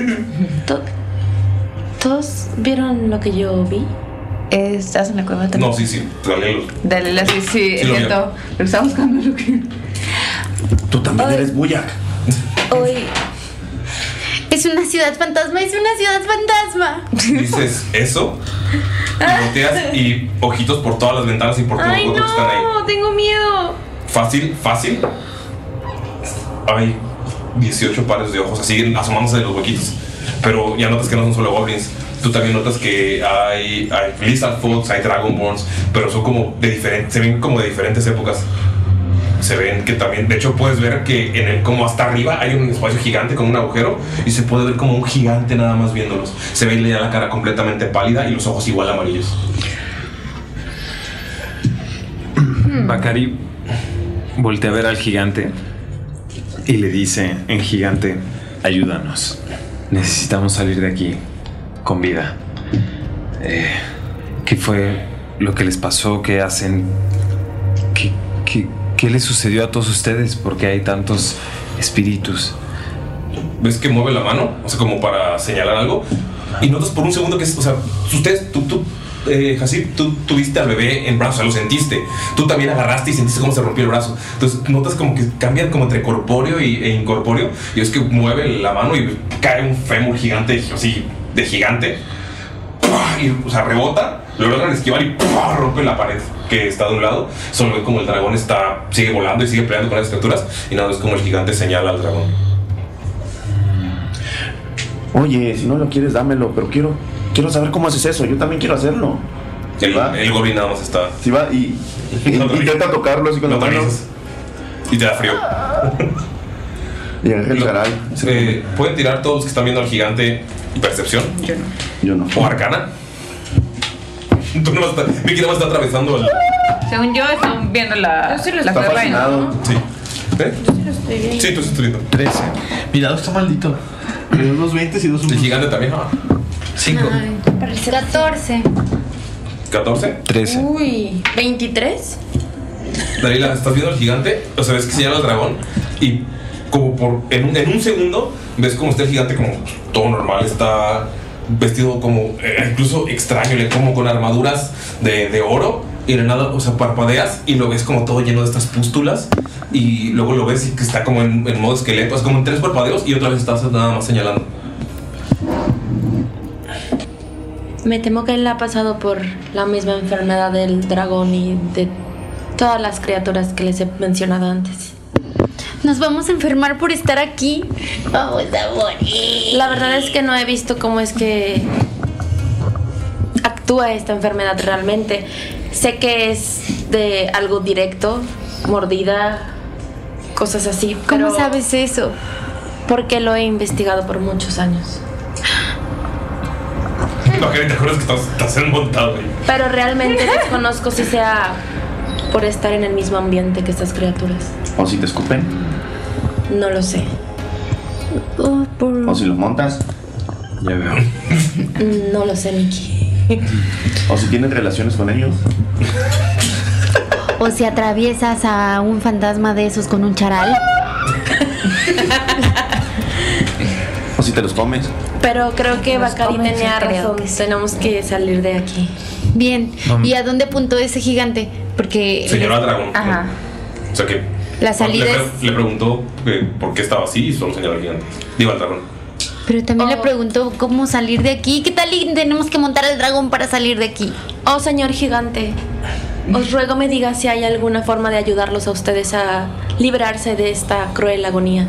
¿Todos vieron lo que yo vi? ¿Estás en la cueva también? No, sí, Dalila, sí, Sí, es lo cierto. Pero está buscando lo que. Tú también eres Buyak. Hoy es una ciudad fantasma, es una ciudad fantasma. Dices eso y volteas y ojitos por todas las ventanas y por todos los que están ahí. No, tengo miedo. Fácil. Hay 18 pares de ojos así asomándose de los huequitos. Pero ya notas que no son solo goblins. Tú también notas que hay Lizard Folks, hay Dragonborns, pero son como de diferentes, se ven como de diferentes épocas. Se ven que también, de hecho puedes ver que como hasta arriba hay un espacio gigante con un agujero y se puede ver como un gigante nada más viéndolos. Se ve ya la cara completamente pálida y los ojos igual amarillos. Bakari voltea a ver al gigante y le dice en gigante: ayúdanos, necesitamos salir de aquí con vida. ¿Qué fue lo que les pasó? ¿Qué hacen? ¿Qué les sucedió a todos ustedes? ¿Por qué hay tantos espíritus? ¿Ves que mueve la mano? O sea, como para señalar algo. Y notas por un segundo que es, o sea, ustedes, Hasib, tú tuviste al bebé en brazos, o sea, lo sentiste. Tú también agarraste y sentiste cómo se rompió el brazo. Entonces notas como que cambian como entre corpóreo e incorpóreo. Y es que mueve la mano y cae un fémur gigante, así, de gigante. Y, o sea, rebota, lo logran esquivar y rompe la pared que está de un lado. Solo ven como el dragón sigue volando y sigue peleando con las criaturas. Y nada, es como el gigante señala al dragón. Oye, si no lo quieres, dámelo, pero quiero saber cómo haces eso. Yo también quiero hacerlo. El goblin nada más está. Si va y intenta tocarlo así con la mano. Y te da frío. Y Ángel Garay. ¿Pueden tirar todos los que están viendo al gigante percepción? Yo no. ¿O arcana? Tú no vas Vicky no está atravesando el... Según yo, están viendo la cueva. ¿No? Sí. Yo sí lo estoy viendo. Sí, tú sí estás viendo. 13. Mi dado está maldito. Dos 20 y dos 1. El gigante también. 5. 14. ¿14? 13. Uy, 23. Dalila, ¿estás viendo al gigante? O sea, ves que señala al dragón y como en un segundo ves como está el gigante como todo normal, está vestido como incluso extraño, como con armaduras de oro y de nada, o sea, parpadeas y lo ves como todo lleno de estas pústulas y luego lo ves y que está como en modo esqueleto, es como en 3 parpadeos y otra vez estás nada más señalando. Me temo que él ha pasado por la misma enfermedad del dragón y de todas las criaturas que les he mencionado antes. Nos vamos a enfermar por estar aquí. Vamos a morir. La verdad es que no he visto cómo es que actúa esta enfermedad realmente. Sé que es de algo directo, mordida, cosas así. ¿Cómo pero sabes eso? Porque lo he investigado por muchos años. No, que te acuerdas que estás enmontado ahí. Pero realmente desconozco si sea por estar en el mismo ambiente que estas criaturas. ¿O si te escupen? No lo sé. ¿O si los montas? Ya veo. No lo sé, Mickey. ¿O si tienes relaciones con ellos? ¿O si atraviesas a un fantasma de esos con un charal? ¿O si te los comes? Pero creo que Bakari tenía razón. Tenemos que salir de aquí. Bien. ¿Y a dónde apuntó ese gigante? Porque... Señaló al dragón. Ajá. O sea que La salida le preguntó por qué estaba así y solo señaló al gigante. Digo, al dragón. Pero también le preguntó cómo salir de aquí. ¿Qué tal y tenemos que montar al dragón para salir de aquí? Oh, señor gigante, os ruego me diga si hay alguna forma de ayudarlos a ustedes a librarse de esta cruel agonía.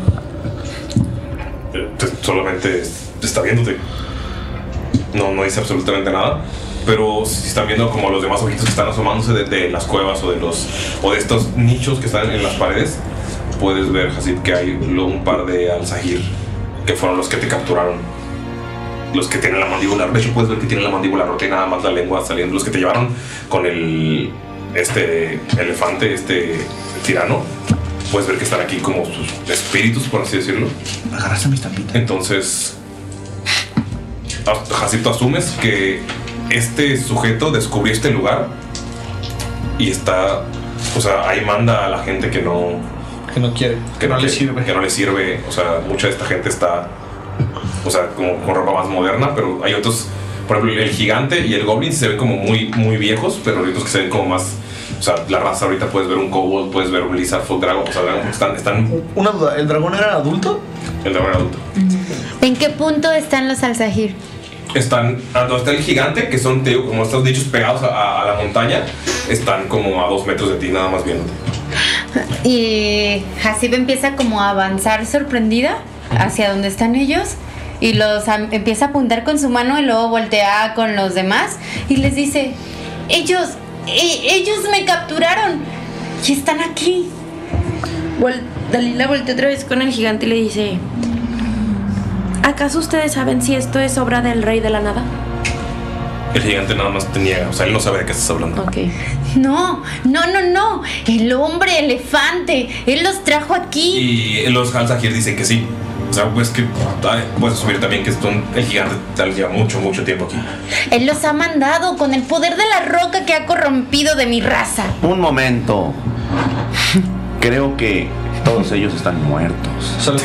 Solamente está viéndote. No dice absolutamente nada. Pero si están viendo como los demás ojitos que están asomándose de las cuevas o de estos nichos que están en las paredes, puedes ver, Hasib, que hay un par de Al-Zahir que fueron los que te capturaron. Los que tienen la mandíbula. De hecho, puedes ver que tienen la mandíbula rota y nada más la lengua saliendo. Los que te llevaron con este elefante, este tirano. Puedes ver que están aquí como sus espíritus, por así decirlo. Agarraste mis tampitas. Entonces, Hasib, tú asumes que este sujeto descubrió este lugar y está, o sea, ahí manda a la gente que no quiere, que no le sirve. O sea, mucha de esta gente está, o sea, como con ropa más moderna, pero hay otros, por ejemplo, el gigante y el goblin se ven como muy, muy viejos, pero hay otros que se ven como más, o sea, la raza ahorita puedes ver un kobold, puedes ver un lizard folk dragon, o sea, están. Una duda, ¿el dragón era adulto? El dragón era adulto. ¿En qué punto están los Al-Zahir? Están, donde está el gigante, que son, te digo, como estos nichos pegados a la montaña, están como a 2 metros de ti, nada más viéndote. Y Hasib empieza como a avanzar sorprendida hacia donde están ellos y los empieza a apuntar con su mano y luego voltea con los demás y les dice: ellos me capturaron y están aquí. Dalila voltea otra vez con el gigante y le dice: ¿acaso ustedes saben si esto es obra del rey de la nada? El gigante nada más te niega, o sea, él no sabe de qué estás hablando. Ok. No. El hombre elefante, él los trajo aquí. Y los Alzahir dicen que sí. O sea, pues que puedes asumir también que el gigante tal vez lleva mucho tiempo aquí. Él los ha mandado con el poder de la roca que ha corrompido de mi raza. Un momento. Creo que todos ellos están muertos. Salud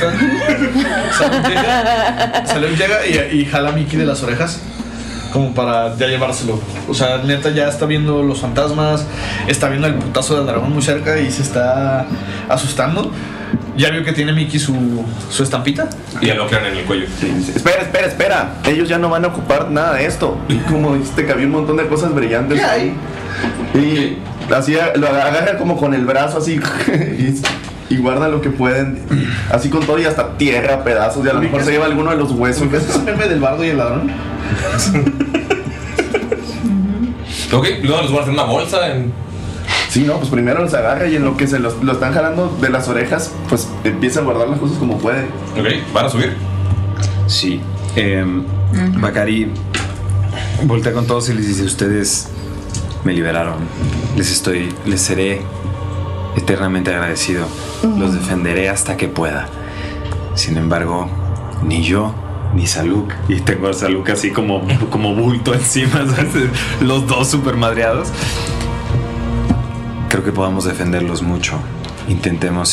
llega y jala a Mickey de las orejas como para ya llevárselo. O sea, neta ya está viendo los fantasmas, está viendo el putazo del dragón muy cerca y se está asustando. Ya vio que tiene Mickey su estampita. Y ya lo crean en el cuello. Sí. Espera. Ellos ya no van a ocupar nada de esto. Y como dijiste que había un montón de cosas brillantes ahí. Y así lo agarra como con el brazo así y guarda lo que pueden. Así con todo y hasta tierra, pedazos. Y a lo mejor se lleva alguno de los huesos. ¿Ves ese meme del bardo y el ladrón? Ok, luego los guardan en una bolsa. Sí, no, pues primero los agarra y en lo que se lo están jalando de las orejas, pues empieza a guardar las cosas como puede. Ok, ¿van a subir? Sí. Bakari voltea con todos y les dice: ustedes me liberaron. Les seré eternamente agradecido. Los defenderé hasta que pueda. Sin embargo, ni yo ni Saluk, y tengo a Saluk así como bulto encima, ¿sabes? Los dos super madreados. Creo que podamos defenderlos mucho. Intentemos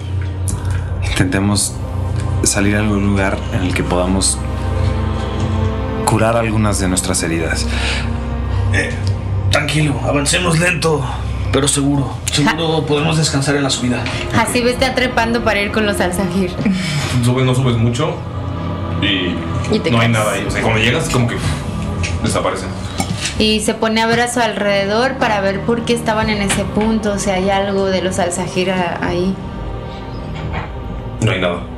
salir a algún lugar en el que podamos curar algunas de nuestras heridas. Tranquilo, avancemos lento, pero seguro. Seguro podemos descansar en la subida. Hasib está trepando para ir con los Alzahir. No subes mucho y no hay nada ahí. O sea, cuando llegas como que desaparecen. Y se pone a ver a su alrededor para ver por qué estaban en ese punto, si hay algo de los Alzahir ahí. No hay nada.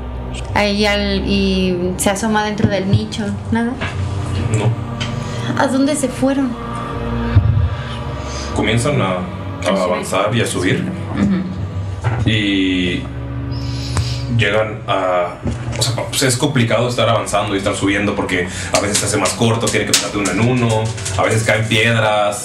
Y se asoma dentro del nicho. ¿Nada? No. ¿A dónde se fueron? Comienzan a avanzar y a subir. Y llegan a... O sea, pues es complicado estar avanzando y estar subiendo porque a veces se hace más corto, tiene que pasar de uno en uno, a veces caen piedras,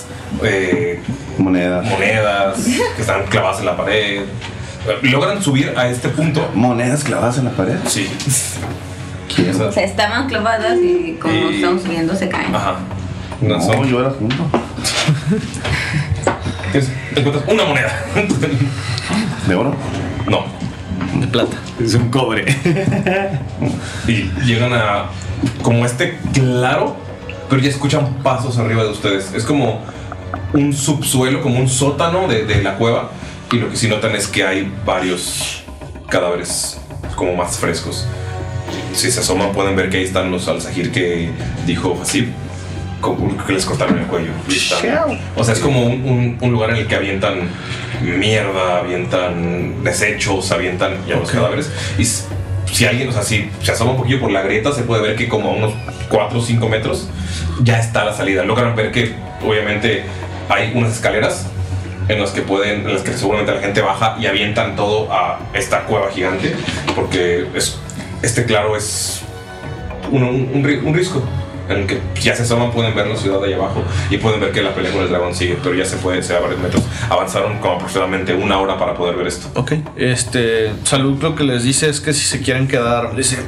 monedas que están clavadas en la pared. Logran subir a este punto. ¿Monedas clavadas en la pared? Sí. O sea, estaban clavadas y como estamos subiendo se caen. Ajá. No, yo era junto. Encuentras una moneda. ¿De oro? No. De plata. Es un cobre. Y llegan a como claro, pero ya escuchan pasos arriba de ustedes. Es como un subsuelo, como un sótano de la cueva. Y lo que sí notan es que hay varios cadáveres como más frescos. Si se asoman pueden ver que ahí están los Alzahir que dijo Hasib, que les cortaron el cuello. O sea, es como un lugar en el que avientan mierda, avientan desechos, avientan ya los cadáveres. Y si alguien, o sea, si se asoma un poquillo por la grieta, se puede ver que como a unos 4 o 5 metros ya está la salida. Logran ver que obviamente hay unas escaleras en las que seguramente la gente baja y avientan todo a esta cueva gigante, porque claro es un risco en el que ya se asoman, pueden ver la ciudad de ahí abajo y pueden ver que la pelea con el dragón sigue, pero ya se va a varios metros. Avanzaron como aproximadamente 1 hora para poder ver esto. Ok, Salud lo que les dice es que si se quieren quedar, dice,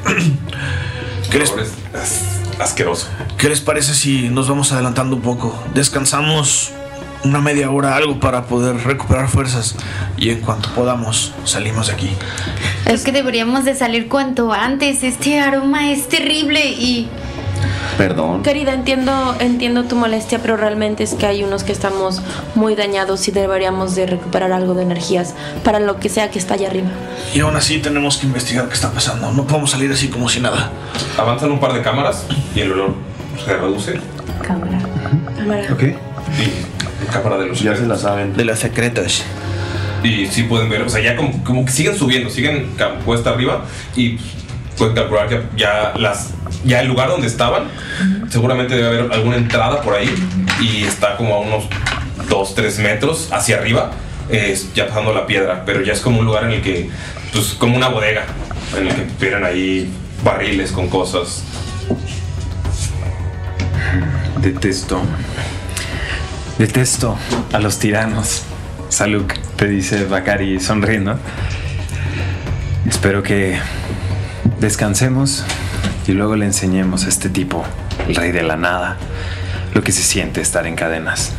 asqueroso. ¿Qué les parece si nos vamos adelantando un poco? Descansamos una media hora, algo, para poder recuperar fuerzas, y en cuanto podamos salimos de aquí. Es que deberíamos de salir cuanto antes. Este aroma es terrible y... Perdón. Querida, entiendo tu molestia, pero realmente es que hay unos que estamos muy dañados y deberíamos de recuperar algo de energías para lo que sea que está allá arriba. Y aún así tenemos que investigar qué está pasando. No podemos salir así como si nada. Avanzan un par de cámaras y el olor se reduce. Cámara. Ok. Y cámara de los ya se la saben. De las secretas. Y sí pueden ver, o sea, ya como que siguen subiendo, siguen cuesta arriba y pueden calcular que ya el lugar donde estaban, seguramente debe haber alguna entrada por ahí y está como a unos 2-3 metros hacia arriba, ya pasando la piedra, pero ya es como un lugar en el que, pues como una bodega, en el que tienen ahí barriles con cosas. Detesto a los tiranos. Saluk, te dice Bakari sonriendo. Espero que descansemos y luego le enseñemos a este tipo, el rey de la nada, lo que se siente estar en cadenas.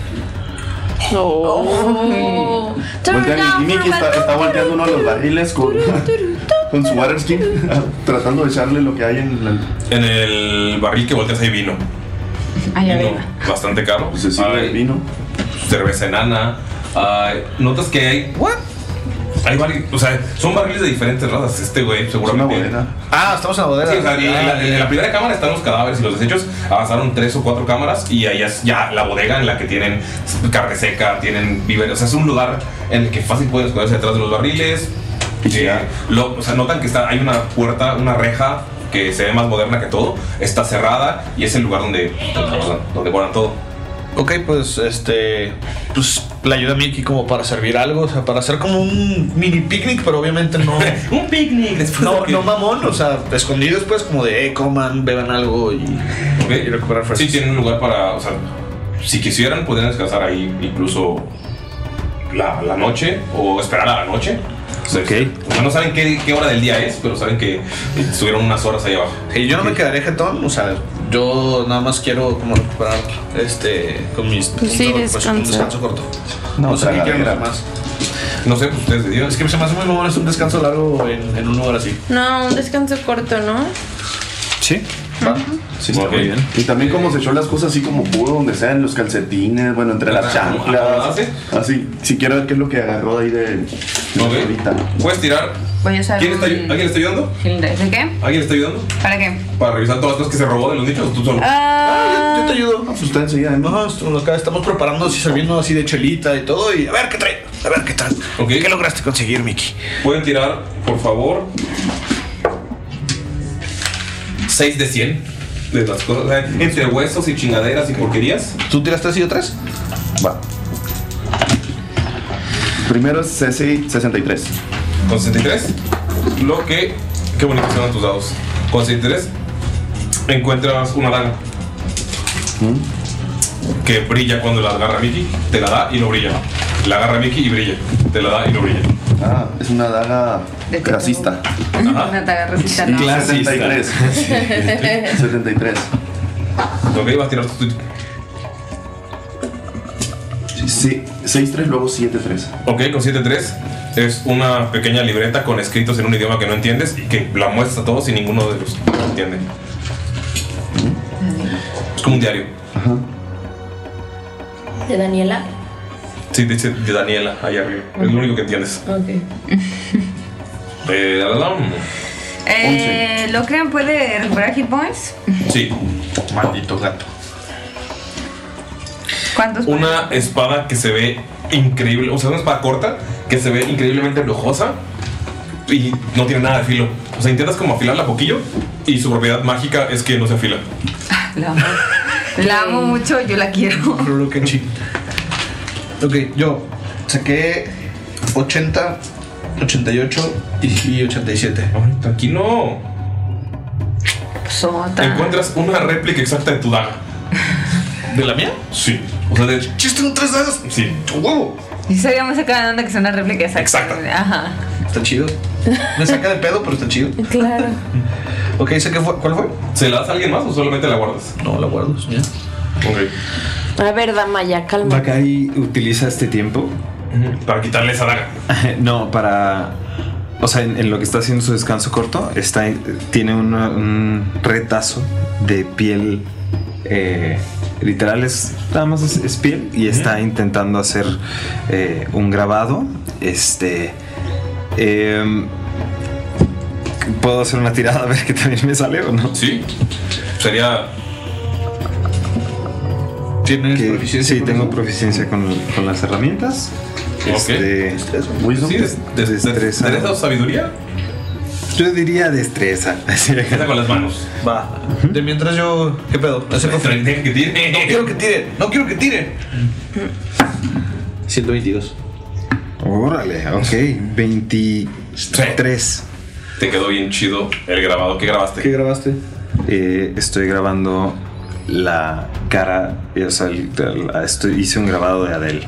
Y Mickey está volteando uno de los barriles con su water skin, tratando de echarle lo que hay en el barril que volteas hay vino. Vino bastante caro. Se sirve vino. Cerveza enana. Notas que hay. Hay barriles, o sea, son barriles de diferentes razas. Este güey seguramente. Es una bodega. Estamos en la bodega. Sí, o sea, en la primera cámara están los cadáveres y los desechos. Avanzaron 3 o 4 cámaras y ahí es ya la bodega en la que tienen carne seca, tienen víveres. O sea, es un lugar en el que fácil pueden esconderse detrás de los barriles. O sea, notan que hay una puerta, una reja que se ve más moderna que todo. Está cerrada y es el lugar donde guardan todo. Ok, pues pues le ayuda a Mickey como para servir algo, o sea, para hacer como un mini picnic, pero obviamente no. Un picnic después no mamón, o sea, escondido después como de coman, beban algo y recuperar fuerzas. Sí, tienen un lugar para, o sea, si quisieran podrían descansar ahí incluso la noche o esperar a la noche. O sea, no saben qué hora del día es, pero saben que estuvieron unas horas ahí abajo. Y yo no me quedaré jetón, o sea, yo nada más quiero como recuperar con mis puntos, un descanso corto. No sé qué quiero más. No sé, pues ustedes decidieron. Es que se me hace muy bueno, es un descanso largo en un lugar así. No, un descanso corto, ¿no? Sí. Sí, está muy bien. Y también como se echó las cosas así como pudo, donde sean los calcetines, bueno, entre las chanclas. Así, si quiero ver qué es lo que agarró de ahí de ahorita. Puedes tirar. Voy a usar ¿Alguien le está ayudando? ¿De qué? ¿Alguien le está ayudando? ¿Para qué? Para revisar todas las cosas que se robó de los nichos o tú solo. Yo te ayudo. Pues usted enseguida. Acá estamos preparando, así sirviendo así de chelita y todo. Y a ver qué trae. A ver qué tal. ¿Qué lograste conseguir, Mickey? Pueden tirar, por favor, 6 de 100 de las cosas. Entre huesos y chingaderas y porquerías. ¿Tú tiraste así o 3? Va. Primero es 63. Con 63, qué bonitos son tus dados. Con 63 encuentras una daga que brilla cuando la agarra Mickey, te la da y no brilla. La agarra Mickey y brilla, te la da y no brilla. Es una daga clasista. Una daga racista, ¿no? 73. 73. Ok, vas a tirar tu. Sí, 6-3, luego 7-3. Ok, con 7-3 es una pequeña libreta con escritos en un idioma que no entiendes y que la muestras a todos y ninguno de los entiende. Es como un diario. ¿De Daniela? Sí, dice de Daniela, allá arriba. Es lo único que entiendes. Ok. ¿Locran puede recuperar hit points? Sí. Maldito gato. ¿Cuántos? Una espada que se ve increíble, o sea, una espada corta que se ve increíblemente lujosa y no tiene nada de filo. O sea, intentas como afilarla poquillo y su propiedad mágica es que no se afila. La amo. La amo mucho, yo la quiero. Ok, yo saqué 80, 88 y 87. Tranquilo. Encuentras una réplica exacta de tu daga. ¿De la mía? Sí. O sea, de ¿chiste con 3 dagas? Sí. ¡Wow! Y sería más sacada de onda que sea una réplica exacta. Ajá. Está chido. Me saca de pedo, pero está chido. Claro. Ok, ¿cuál fue? ¿Se la das a alguien más o solamente la guardas? No, la guardo, ya. Ok. A ver, dama, ya, calma. Bakari utiliza este tiempo para quitarle esa daga. No, para. O sea, en lo que está haciendo su descanso corto, tiene un retazo de piel. Literal nada más es piel y está intentando hacer un grabado. ¿Puedo hacer una tirada a ver qué también me sale o no? Sí. Sería. ¿Tienes proficiencia? Sí, tengo proficiencia con las herramientas. Wisdom. Sí, ¿destreza o sabiduría? Yo diría destreza. Empieza con las manos. Va. De mientras yo. ¿Qué pedo? Deja que tire. No quiero que tire. 122. Órale, ok. 23. Te quedó bien chido el grabado. ¿Qué grabaste? ¿Qué grabaste? Estoy grabando la cara. O sea, hice un grabado de Adele.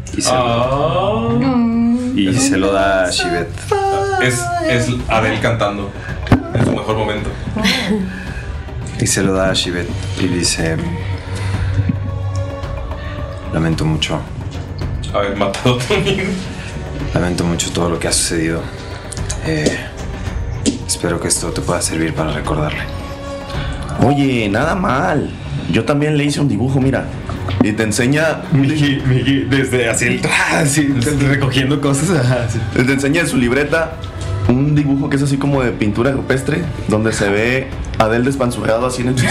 Y se lo da a Shivet. Es Adele cantando en su mejor momento. Y se lo da a Shivet y dice: lamento mucho haber matado a tu amigo. Lamento mucho todo lo que ha sucedido. Espero que esto te pueda servir para recordarle. Oye, nada mal. Yo también le hice un dibujo, mira. Y te enseña Miki, desde así recogiendo cosas. Te enseña en su libreta un dibujo que es así como de pintura rupestre, donde se ve a Adele despanzurrado así en el piso.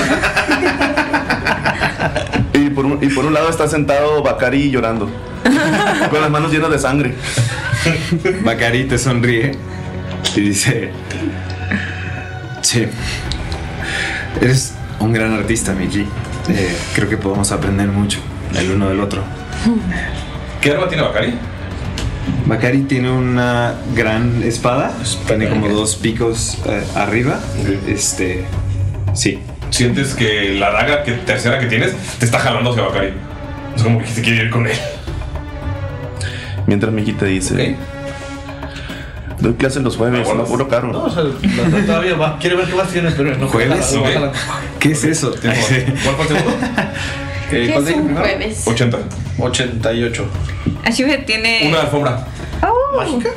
y por un lado está sentado Bakari llorando, con las manos llenas de sangre. Bakari te sonríe y dice: sí, eres un gran artista, Miki. Creo que podemos aprender mucho el uno del otro. ¿Qué arma tiene Bakari? Bakari tiene una gran espada. Tiene como 2 picos arriba. Sí. Sientes que la daga tercera que tienes te está jalando hacia Bakari. Es como que se quiere ir con él. Mientras Miki te dice: doy clases los jueves, no puro caro. No, o sea, todavía va. Quiere ver qué más tienes, pero no. ¿Jueves? ¿Qué es eso? ¿Cuál fue el segundo? ¿Qué es un jueves? 88. Ashibet tiene una alfombra. ¿Mágica?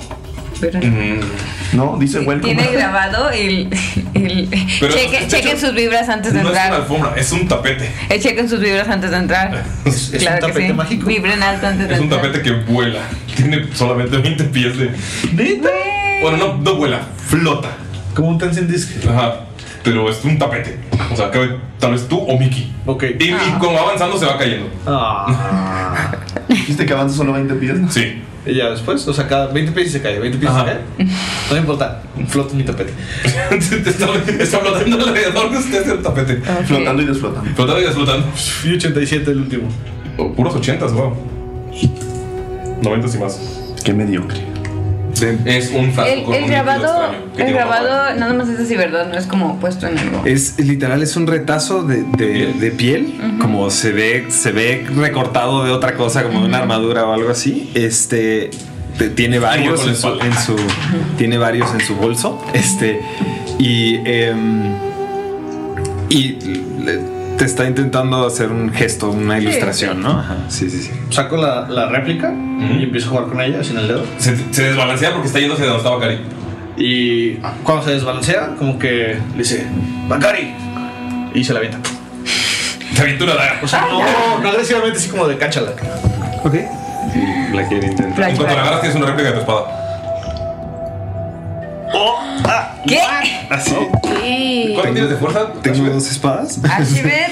No, dice welcome. Tiene grabado el chequen sus vibras antes de entrar. No es una alfombra, es un tapete. Chequen sus vibras antes de entrar. ¿Es claro un tapete que sí. mágico? Vibren alto antes de entrar. Es un tapete que vuela. Tiene solamente 20 pies de. ¿Neta? Bueno, no vuela, flota. Como un Tenzin Disc. Ajá. Pero es un tapete. O sea, tal vez tú o Mickey. Ok. Y como va avanzando se va cayendo. ¿Viste que avanza solo 20 pies? Sí. Y ya después, o sea, cada 20 pies y se cae, 20 pies y se cae. No me importa, flota mi tapete. está flotando alrededor de usted el tapete. Okay. Flotando y desflotando. Flotando y desflotando. Y 87 el último. Puros 80s, wow. 90s y más. Qué mediocre. Es un frasco. El grabado nada más es así, ¿verdad? No es como puesto en algo. Es literal, es un retazo de piel. Como se ve recortado de otra cosa, como de una armadura o algo así. Tiene varios en su bolso. Y te está intentando hacer un gesto, una ilustración, ¿no? Ajá. Sí. Saco la réplica y empiezo a jugar con ella sin el dedo. Se desbalancea porque está yéndose de donde está Bakari. Y cuando se desbalancea, como que le dice: ¡Bakari! Y se la avienta. Te avienta una daga. O sea, no agresivamente, así como de cáchala. Ok. La quiere intentar. En cuanto la agarras, tienes una réplica de tu espada. ¿Qué? Así. ¿Cuánto tienes de fuerza? Tengo 2 espadas. Ashibet.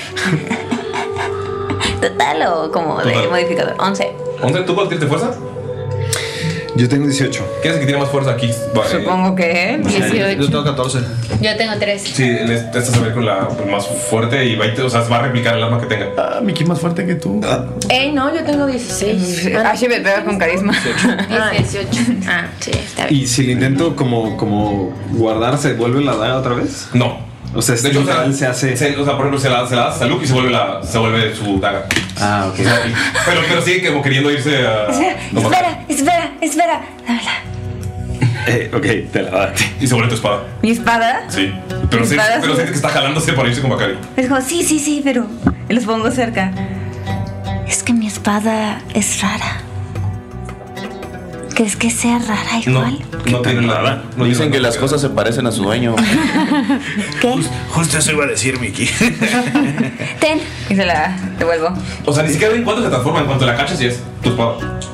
Total o como de modificador. 11. ¿11? ¿Tú cuánto tienes de fuerza? Yo tengo 18. ¿Quién es el que tiene más fuerza aquí? Supongo que 18. Yo tengo 14. Yo tengo 3. Sí, estás a ver con la más fuerte y va a replicar el arma que tenga. Miki más fuerte que tú. No, yo tengo 16. Ashibet pega con carisma. 18. Sí, está bien. Y si le intento como guardar, ¿se vuelve la daga otra vez? No. O sea, de hecho, se hace. por ejemplo, se la das a Luke y se vuelve su daga. Ah, ok. Pero sigue como queriendo irse a. Espera. Dámela. Ok, te la date. Y se vuelve tu espada. ¿Mi espada? Sí. Pero siente que está jalándose para irse con Bakari. Es como, sí, pero. Y los pongo cerca. Es que mi espada es rara. ¿Crees que sea rara igual? No tiene nada. Dicen que las cosas se parecen a su dueño. ¿Qué? Justo eso iba a decir, Miki. Ten. Y se la devuelvo. O sea, ni siquiera ven cuánto se transforma. En cuanto la cachas y es tu espada.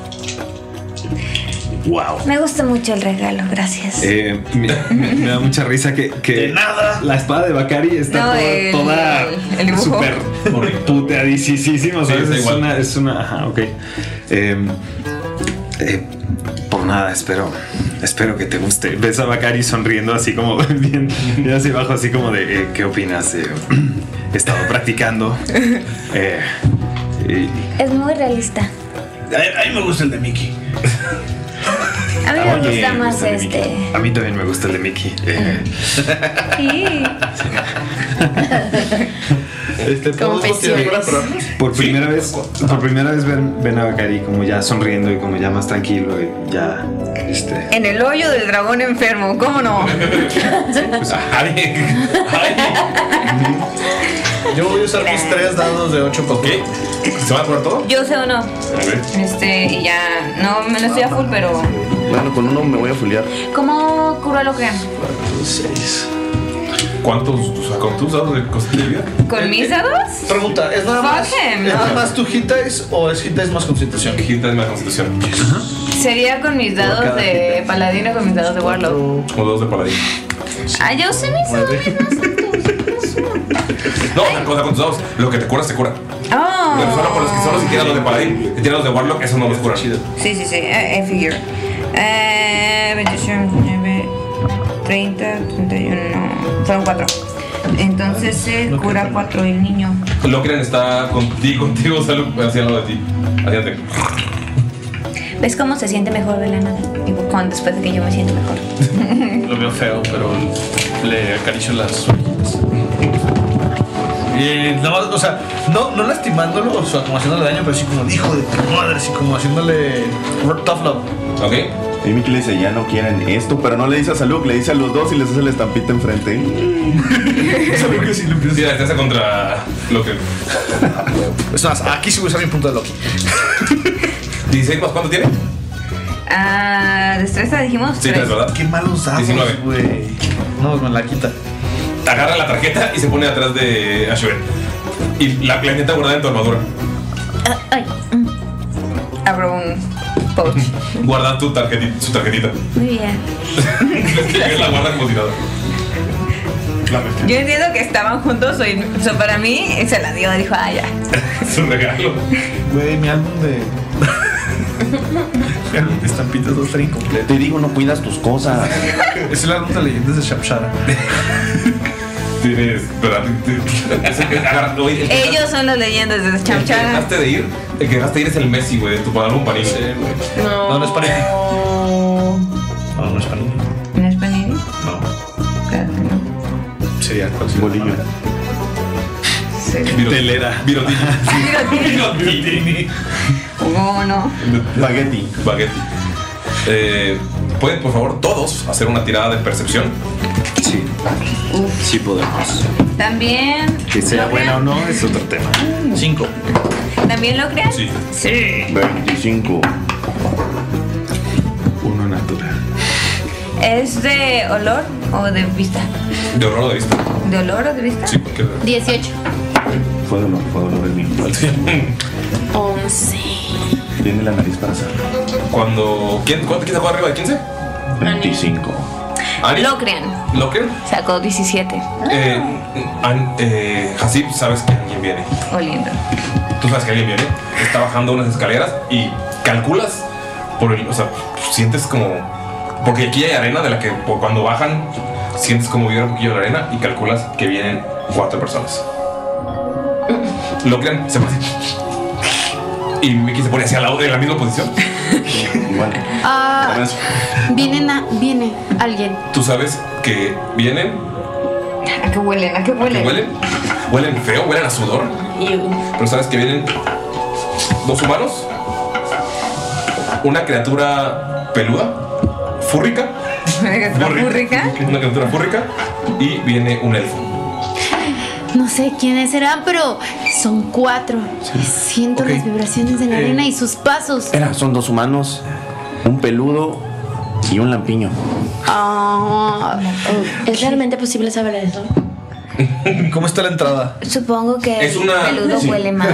Wow. Me gusta mucho el regalo, gracias. Me da mucha risa que de nada. La espada de Bakari está toda súper puteadísima. ¿Sabes? Es una. Ajá, ok. Por nada, espero que te guste. Ves a Bakari sonriendo así como bien hacia abajo, así como de ¿qué opinas? He estado practicando. Es muy realista. A mí me gusta el de Mickey. A mí me gusta más A mí también me gusta el de Mickey. Sí. Por primera vez ven a Bakari como ya sonriendo y como ya más tranquilo y ya En el hoyo del dragón enfermo, ¿cómo no? Yo voy a usar mis 3 dados de 8 para qué. ¿Se va a curar todo? Yo sé uno. Y ya. No me lo estoy a full, pero. Bueno, con uno me voy a fulear. ¿Cómo curó a lo que? 6. ¿Cuántos dados de coste de vida? ¿Con mis dados? Pregunta, ¿es nada más tu hit dice o es hit dice más constitución? Hit dice más constitución. Sería con mis dados de paladino o con mis dados de warlock. Como dados de paladino. Yo usé mis dados. No, una cosa con tus dados, lo que te curas se cura. Pero solo por los que solo si tiras los de paladín, si tiras los de warlock, eso no los cura. Sí, figure. 28, 9, 30, 31, no. Fueron 4. Entonces se cura 4 el niño. Locran está contigo, Salud, hacia el lado de ti. Adelante. ¿Ves cómo se siente mejor de la nada? Después de que yo me siento mejor. Lo veo feo, pero le acaricio las orejitas. Y nada más, o sea, no lastimándolo, o sea, como haciéndole daño, pero sí como hijo de tu madre, así como haciéndole tough love. Ok. Y Mickey le dice, ya no quieren esto, pero no le dice a Saluk, le dice a los dos y les hace la estampita enfrente. Saluk que sí lo empieza. Sí, la hace contra Loki. Es más, aquí sí voy a usar mi punto de Loki. ¿16 más cuánto tiene? Destreza dijimos. Sí, 3, ¿verdad? Qué malos dados, 19. güey. No, me la quita. Agarra la tarjeta y se pone atrás de Ashwin. Y la intenta guardar en tu armadura. Abro un pouch. Guarda su tarjetita. Muy bien. La guarda como si nada. Yo entiendo que estaban juntos, o sea, para mí se la dio, dijo, ya. Es un regalo. Güey, mi álbum de. Mi álbum de estampitas no está incompleto. Te digo, no cuidas tus cosas. Es el álbum de leyendas de Shapshara. Tienes. Ellos son las leyendas de El que Chamchara. dejaste de ir es el Messi, güey, de tu álbum Panini. No, no es Panini. No es Panini. ¿No es Panini? No. Claro que no. Sería cuál bolillo. Telera. Virotini. ¿Cómo no? Baguetti. ¿Pueden, por favor, todos hacer una tirada de percepción? Sí. Sí podemos. También. Que sea buena o no es otro tema. 5. ¿También lo crean? Sí. 25. Uno natural. ¿Es de olor o de vista? De olor o de vista. ¿De olor o de vista? Sí, porque. 18. Fue dolor el mío. 11. Tiene la nariz para hacer. ¿Cuánto sacó arriba de 15? 25. Locrian. ¿Locrian? Sacó 17. Hasib, sabes que alguien viene. Oh, lindo. Tú sabes que alguien viene. Está bajando unas escaleras y calculas o sea, sientes como. Porque aquí hay arena de la que cuando bajan sientes como vibra un poquillo la arena y calculas que vienen 4 personas. Locrian se pasa. Y Mickey se pone hacia al lado de la misma posición. Igual. Viene alguien. Tú sabes que vienen. ¿A qué huelen? ¿A qué huelen? Huelen feo, huelen a sudor. Pero sabes que vienen 2 humanos, una criatura peluda, fúrrica. Una criatura fúrrica y viene un elfo. No sé quiénes serán, pero son 4. Siento las vibraciones de la arena y sus pasos. Son 2 humanos, un peludo y un lampiño. ¿Es realmente posible saber eso? ¿Cómo está la entrada? Supongo que Es una- el peludo sí. huele más.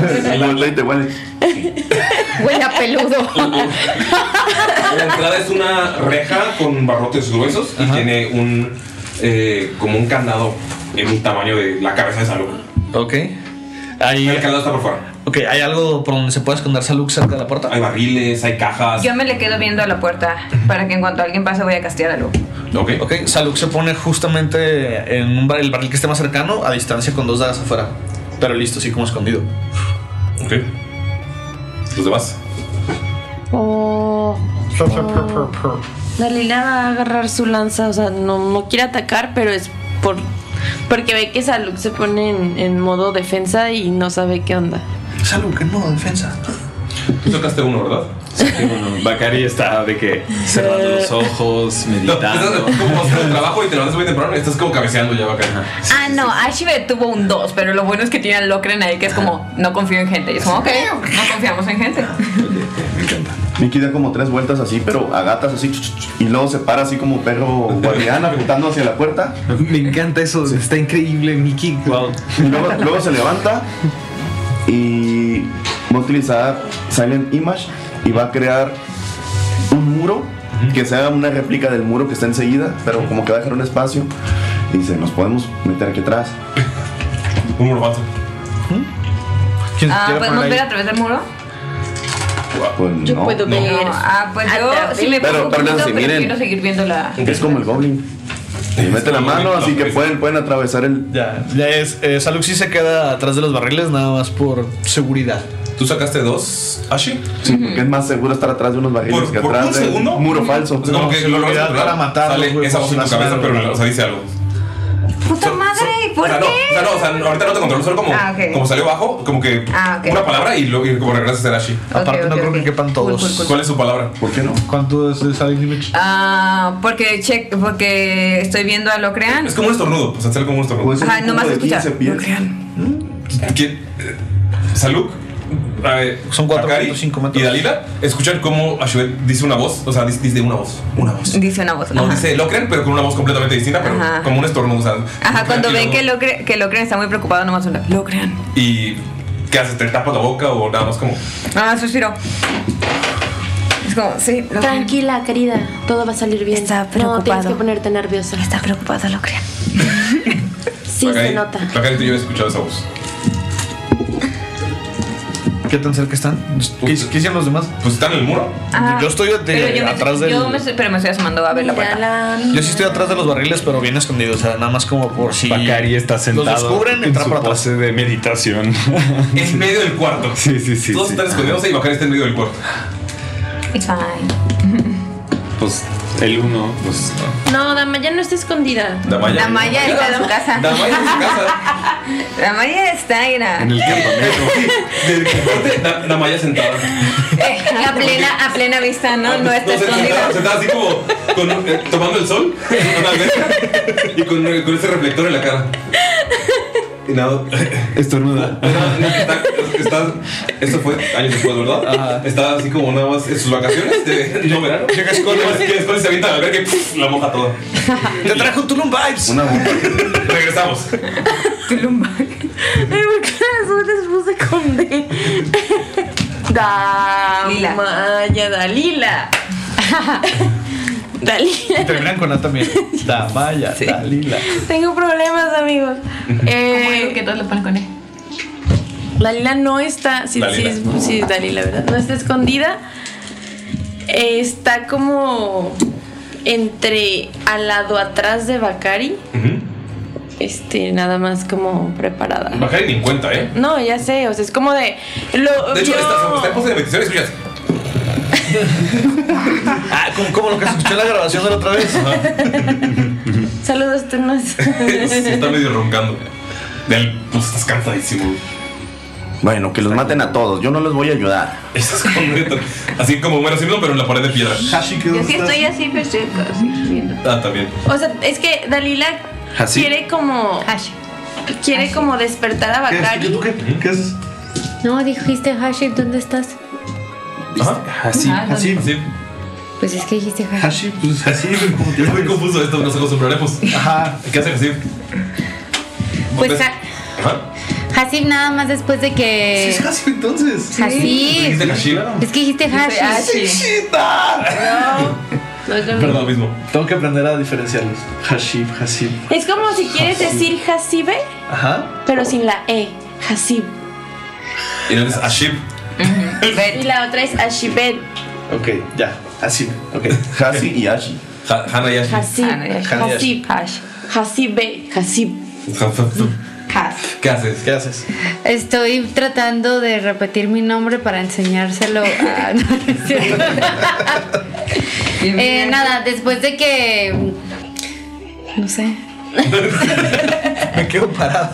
Huele a peludo. La entrada es una reja con barrotes gruesos y tiene un como un candado en un tamaño de la cabeza de Saluk. Ok. El candado está por fuera. Ok, ¿hay algo por donde se puede esconder Saluk cerca de la puerta? Hay barriles, hay cajas. Yo me le quedo viendo a la puerta para que en cuanto alguien pase voy a castear algo. Ok, Saluk se pone justamente en el barril que esté más cercano, a distancia con 2 dagas afuera. Pero listo, así como escondido. Ok. ¿Los demás? Dalila va a agarrar su lanza, o sea, no quiere atacar, pero es porque ve que Saluk se pone en modo defensa y no sabe qué onda. Saluk en modo defensa. Tú sacaste uno, ¿verdad? Saqué uno. Bacari está de que cerrando los ojos, meditando. No, estás como haciendo el trabajo y te lo haces muy temprano y estás como cabeceando ya, Bacari. No, Ashive tuvo un 2, pero lo bueno es que tiene al Locren ahí que es como, no confío en gente. Y es como, ok, no confiamos en gente. Me encanta. Mickey da como 3 vueltas así, pero a gatas así, y luego se para así como perro guardián apuntando hacia la puerta. Me encanta eso, está increíble, Mickey. Wow. Y luego se levanta y va a utilizar Silent Image y va a crear un muro que sea una réplica del muro que está enseguida, pero como que va a dejar un espacio. Y dice, nos podemos meter aquí atrás. Un muro falso. ¿Podemos ver a través del muro? Pues Yo no, puedo ver. Pues yo sí me pongo un poquito, pero miren, quiero seguir viendo la... Es como el Goblin. Y mete la mano, así que pueden atravesar el... Ya es. Saluk sí se queda atrás de los barriles, nada más por seguridad. ¿Tú sacaste 2, Ashi? Sí, porque es más seguro estar atrás de unos barriles que atrás de un muro falso. O sea, como que lo logras para matar. Sale esa voz en tu cabeza, pero o sea, dice algo. ¡Puta madre! ¿Por qué? Ahorita no te controlo, solo como salió bajo, como que una palabra y como regresas a ser Ashi. Aparte no creo que quepan todos. ¿Cuál es su palabra? ¿Por qué no? ¿Cuánto es de Silent Image? Porque estoy viendo a Locrean. Es como un estornudo, o sea, sale como un estornudo. Ajá, nomás escucha Locrean. Saluk, son 4.5 metros. Y Dalila escuchan cómo Ashibet dice una voz, o sea, dice una voz. Dice una voz. No, dice Locrean, pero con una voz completamente distinta, pero como un estornudo, o sea. Ajá, cuando ven que Locrean está muy preocupado, nomás una Locrean. ¿Y qué haces? ¿Te tapas la boca o nada más como? Suspiro. Es como, sí. Tranquila, querida, todo va a salir bien. Está preocupado. No tienes que ponerte nerviosa. Está preocupado, Locrean. Sí, se nota. Bacari, tú ya habías escuchado esa voz. ¿Qué tan cerca están? ¿Qué hicieron los demás? Pues están en el muro. Yo estoy atrás del... Pero me estoy asomando a ver la puerta. Yo sí estoy atrás de los barriles, pero bien escondido. O sea, nada más como por si... Bacari está sentado los descubren, entrar por atrás. Pose de meditación. En medio del cuarto. Sí. Todos están escondidos y Bacari está en medio del cuarto. It's fine. Pues el 1, pues... No, Damaya no está escondida. Damaya está en su casa. Damaya en su casa. Damaya está en el campamento. Damaya sentada. A plena vista, ¿no? No está escondida. Sentada así como tomando el sol y con ese reflector en la cara. Y nada. Estornuda. Esto fue años después, ¿verdad? Ajá. Está así como nada más en sus vacaciones de no verano. Que después se avienta a ver que la moja toda. Te trajo Tulum Vibes. Regresamos. Tulum Vibes. ¿Por qué las puse con D? Dalila. Y terminan con A también. Damaya, sí. Dalila. Tengo problemas, amigos. ¿Cómo digo que todos lo ponen con E? Dalila no está. Sí, Dalila, ¿verdad? No está escondida. Está como entre al lado atrás de Bacari. Nada más como preparada. Bacari ni en cuenta, ¿eh? No, ya sé, o sea, es como de. De hecho, está en pose de meditación y escuchas. Como lo que se escuchó en la grabación de la otra vez. Saludos, tú no. Está medio roncando. Pues estás cansadísimo. Bueno, que los maten a todos. Yo no les voy a ayudar. Así como Homero Simpson, pero en la pared de piedra. Yo sí estoy así, pero estoy casi viendo. También. O sea, es que Dalila quiere como. Quiere como despertar a Bacari. ¿Qué haces? No, dijiste Hashib, ¿dónde estás? Hasib. Pues es que dijiste Hashib. Hasib, pues Hasib. Es muy confuso esto, nos acostumbraremos. Ajá. ¿Qué hace Hasib? Pues Hasib nada más después de que... Sí, es Hasib entonces. Hasib. Es que dijiste Hasib. No, perdón, mismo. Tengo que aprender a diferenciarlos. Hasib. Es como si quieres decir Hasibe, ajá, pero sin la E. Hasib. Y la otra es Ashib. Y la otra es Ashibet. Ok, ya. Así. Ok. Hasi y Ashi. Hana y Ashi. Hasib. ¿Qué haces? Estoy tratando de repetir mi nombre para enseñárselo a... No, no es cierto. Nada, después de que... No sé. Me quedo parada.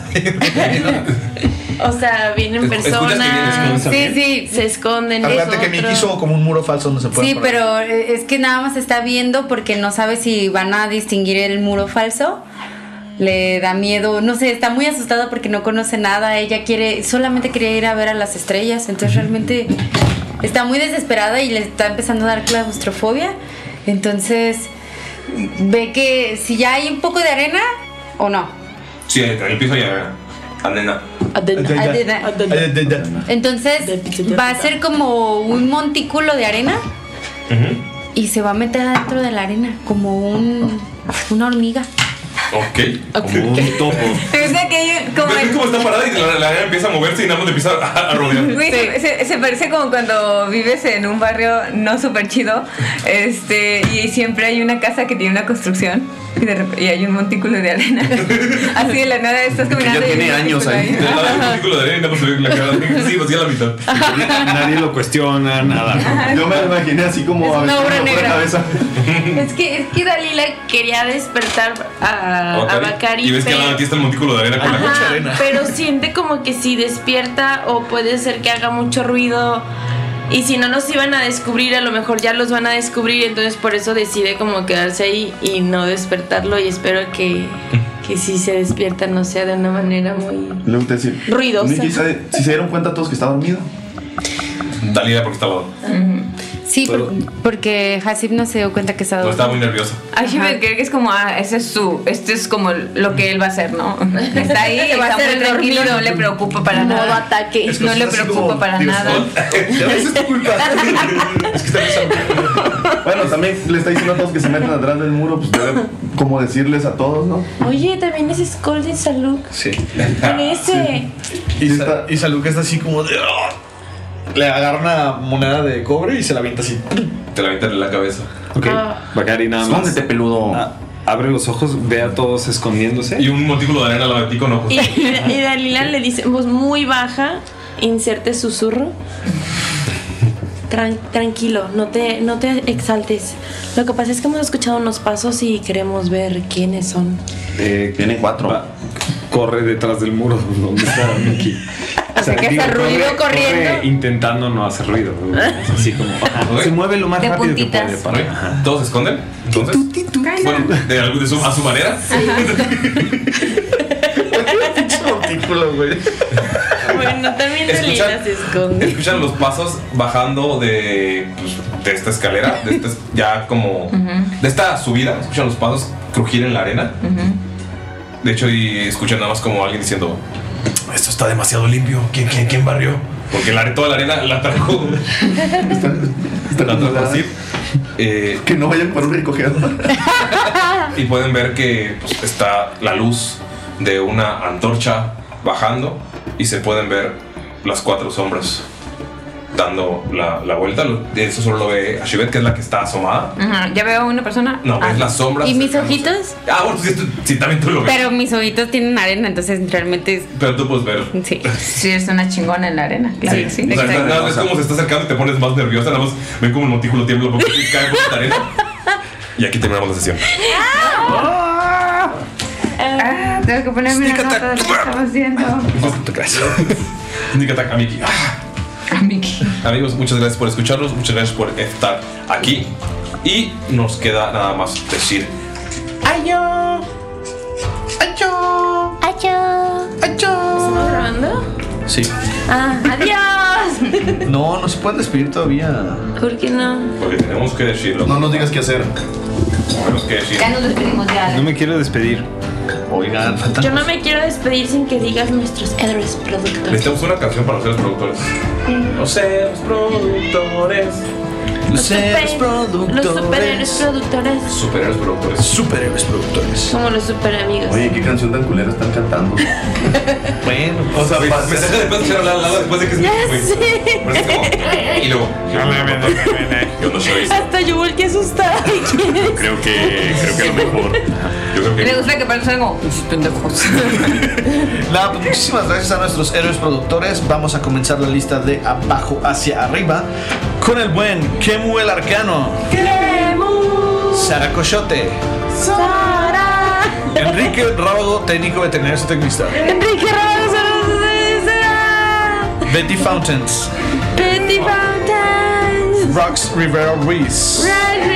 O sea, vienen personas. Sí. Se esconden. Acuérdate que Mickey hizo como un muro falso donde se puede Sí, pero es que nada más está viendo porque no sabe si van a distinguir el muro falso. Le da miedo, no sé, está muy asustada porque no conoce nada. Ella solamente quería ir a ver a las estrellas. Entonces realmente está muy desesperada y le está empezando a dar claustrofobia. Entonces ve que si ya hay un poco de arena o no. Sí, en el piso hay arena. Entonces va a ser como un montículo de arena y se va a meter adentro de la arena como una hormiga. Ok. Como un topo. Es que como ¿Ves cómo está parada y la arena empieza a moverse y nada más le empieza a rodear? Güey, se parece como cuando vives en un barrio no súper chido, y siempre hay una casa que tiene una construcción y hay un montículo de arena. Así de la nada estás caminando. Que ya tiene años ahí. De lado del montículo de arena, pues se ve la cara. Sí, vacía la mitad. Nadie lo cuestiona, nada. Yo me imaginé así como Es una obra negra. cabeza. Es que Dalila quería despertar a Bakari. Y ves que aquí está el montículo de arena con la mucha arena. Pero siente como que si despierta o puede ser que haga mucho ruido. Y si no los iban a descubrir, a lo mejor ya los van a descubrir. Entonces por eso decide como quedarse ahí y no despertarlo. Y espero que si se despierta no sea de una manera muy ruidosa. Si se dieron cuenta todos que está dormido. Dalila porque está al lado. Sí, porque Hasib no se dio cuenta que estaba Estaba muy nerviosa. Ashi cree que es como, este es como lo que él va a hacer, ¿no? Está ahí, Se va a está hacer muy tranquilo, dormido. no le preocupa para Modo nada. ataque. No le preocupa para nada. Ya ves, es tu culpa. Es que está pensando. Bueno, también le está diciendo a todos que se metan atrás del muro, pues debe como decirles a todos, ¿no? Oye, también es Skull y Saluk. Sí. Con ese. Y Saluk está así como de... Le agarra una moneda de cobre y se la avienta así. Te la avientan en la cabeza. Ok, Bakari nada más. Escóndete, peludo. Abre los ojos, ve a todos escondiéndose. Y un montículo de arena al lado de ti con ojos. Y Dalila le dice en voz muy baja, inserte susurro. Tranquilo, no te exaltes. Lo que pasa es que hemos escuchado unos pasos y queremos ver quiénes son. Tienen 4. Corre detrás del muro donde está Mickey. O sea, que hace ruido corriendo. Corre intentando no hacer ruido. Así como se mueve lo más De rápido puntitas. que puede. ¿Todos se esconden? Entonces, bueno, a su manera. Bueno, también Dalila se esconde. Escuchan los pasos bajando de esta escalera, ya como de esta subida. Escuchan los pasos crujir en la arena. De hecho, y escuchan nada más como alguien diciendo: esto está demasiado limpio. ¿Quién barrió? Porque toda la arena la trajo. La trajo así. Que no vayan por un recogedor. Y pueden ver que está la luz de una antorcha bajando y se pueden ver las 4 sombras dando la vuelta. Eso solo lo ve Ashibet, que es la que está asomada. ¿Ya veo a una persona? No, ves las sombras. ¿Y mis ojitos? Bueno, sí, también tú lo ves. Pero mis ojitos tienen arena, entonces realmente Pero tú puedes ver. Sí. Sí, es una chingona en la arena. Claro, sí. O sea, nada más como se está acercando y te pones más nerviosa. Nada más ven como el montículo tiembla porque cae por esta arena. Y aquí terminamos la sesión. Tengo que ponerme una nota de lo que estaba haciendo. No te creas. Sneak attack a Mickey. Amigos, muchas gracias por escucharnos. Muchas gracias por estar aquí. Y nos queda nada más decir: ¡Ayo! ¡Ayo! ¡Ayo! ¿Estamos grabando? Sí. ¡Adiós! No se pueden despedir todavía. ¿Por qué no? Porque tenemos que decirlo. No nos digas qué hacer. Tenemos que decir. Ya nos despedimos ya. No me quiero despedir. Oigan, Yo no me quiero despedir sin que digas nuestros héroes productores. Necesitamos una canción para los productores. No sé, los productores. Los héroes productores. Los superhéroes productores. Superhéroes productores. Superhéroes productores. Como los super amigos. Oye, qué canción tan culera están cantando. Bueno, o sea, me sale después de echar al lado después de que ya se sé. y luego yo no soy. Hasta yo volteé asustada. Creo que lo mejor. Yo creo que Me gusta que parecen como pendejos. Nada, pues muchísimas gracias a nuestros héroes productores. Vamos a comenzar la lista de abajo hacia arriba con el buen Kemu el Arcano, Sara Coyote, Enrique Rábago, técnico veterinario zootecnista, Enrique Rábago, Betty Fountains, Rox Rivera Ruiz,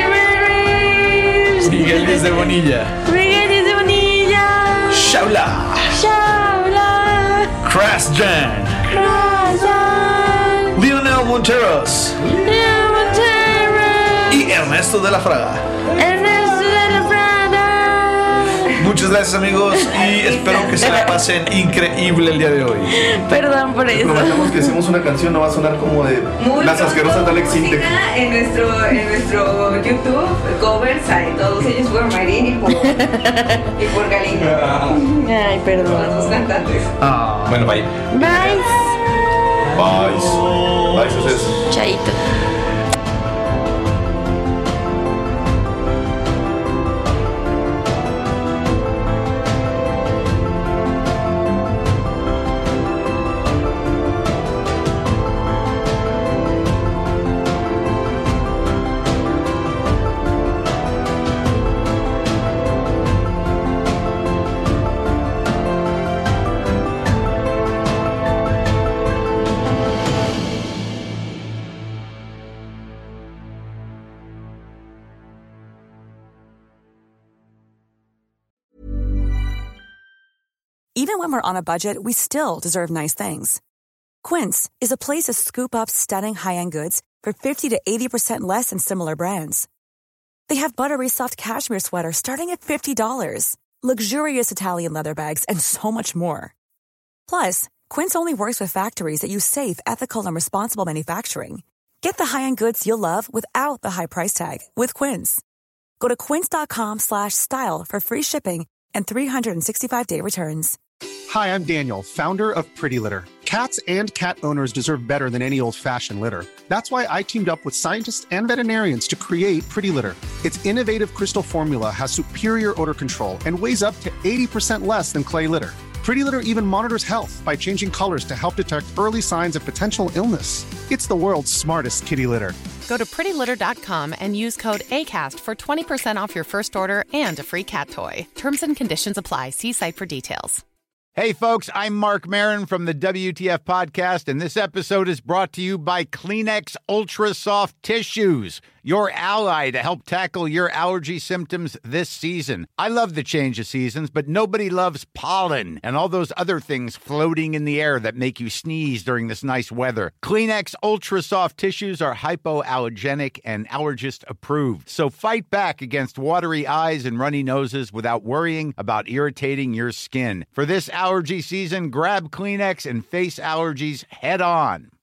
Miguel Díaz de Bonilla, Shaula, Crash Jan, Lionel Monteros y Ernesto de la Fraga. Muchas gracias, amigos, y espero que se la pasen increíble el día de hoy. Perdón por eso. Prometemos que hacemos una canción, no va a sonar como de las asquerosas de Alex Intec. En nuestro YouTube, covers hay todos ellos por Marín y por Galindo. Ay, perdón. Los dos cantantes. Bueno, bye. Bye. Bye, suceso. Chaito. Even when we're on a budget, we still deserve nice things. Quince is a place to scoop up stunning high-end goods for 50 to 80% less than similar brands. They have buttery soft cashmere sweaters starting at $50, luxurious Italian leather bags, and so much more. Plus, Quince only works with factories that use safe, ethical, and responsible manufacturing. Get the high-end goods you'll love without the high price tag with Quince. Go to quince.com/style for free shipping and 365-day returns. Hi, I'm Daniel, founder of Pretty Litter. Cats and cat owners deserve better than any old-fashioned litter. That's why I teamed up with scientists and veterinarians to create Pretty Litter. Its innovative crystal formula has superior odor control and weighs up to 80% less than clay litter. Pretty Litter even monitors health by changing colors to help detect early signs of potential illness. It's the world's smartest kitty litter. Go to prettylitter.com and use code ACAST for 20% off your first order and a free cat toy. Terms and conditions apply. See site for details. Hey, folks, I'm Mark Maron from the WTF Podcast, and this episode is brought to you by Kleenex Ultra Soft Tissues, your ally to help tackle your allergy symptoms this season. I love the change of seasons, but nobody loves pollen and all those other things floating in the air that make you sneeze during this nice weather. Kleenex Ultra Soft Tissues are hypoallergenic and allergist approved, so fight back against watery eyes and runny noses without worrying about irritating your skin. For this allergy season, grab Kleenex and face allergies head on.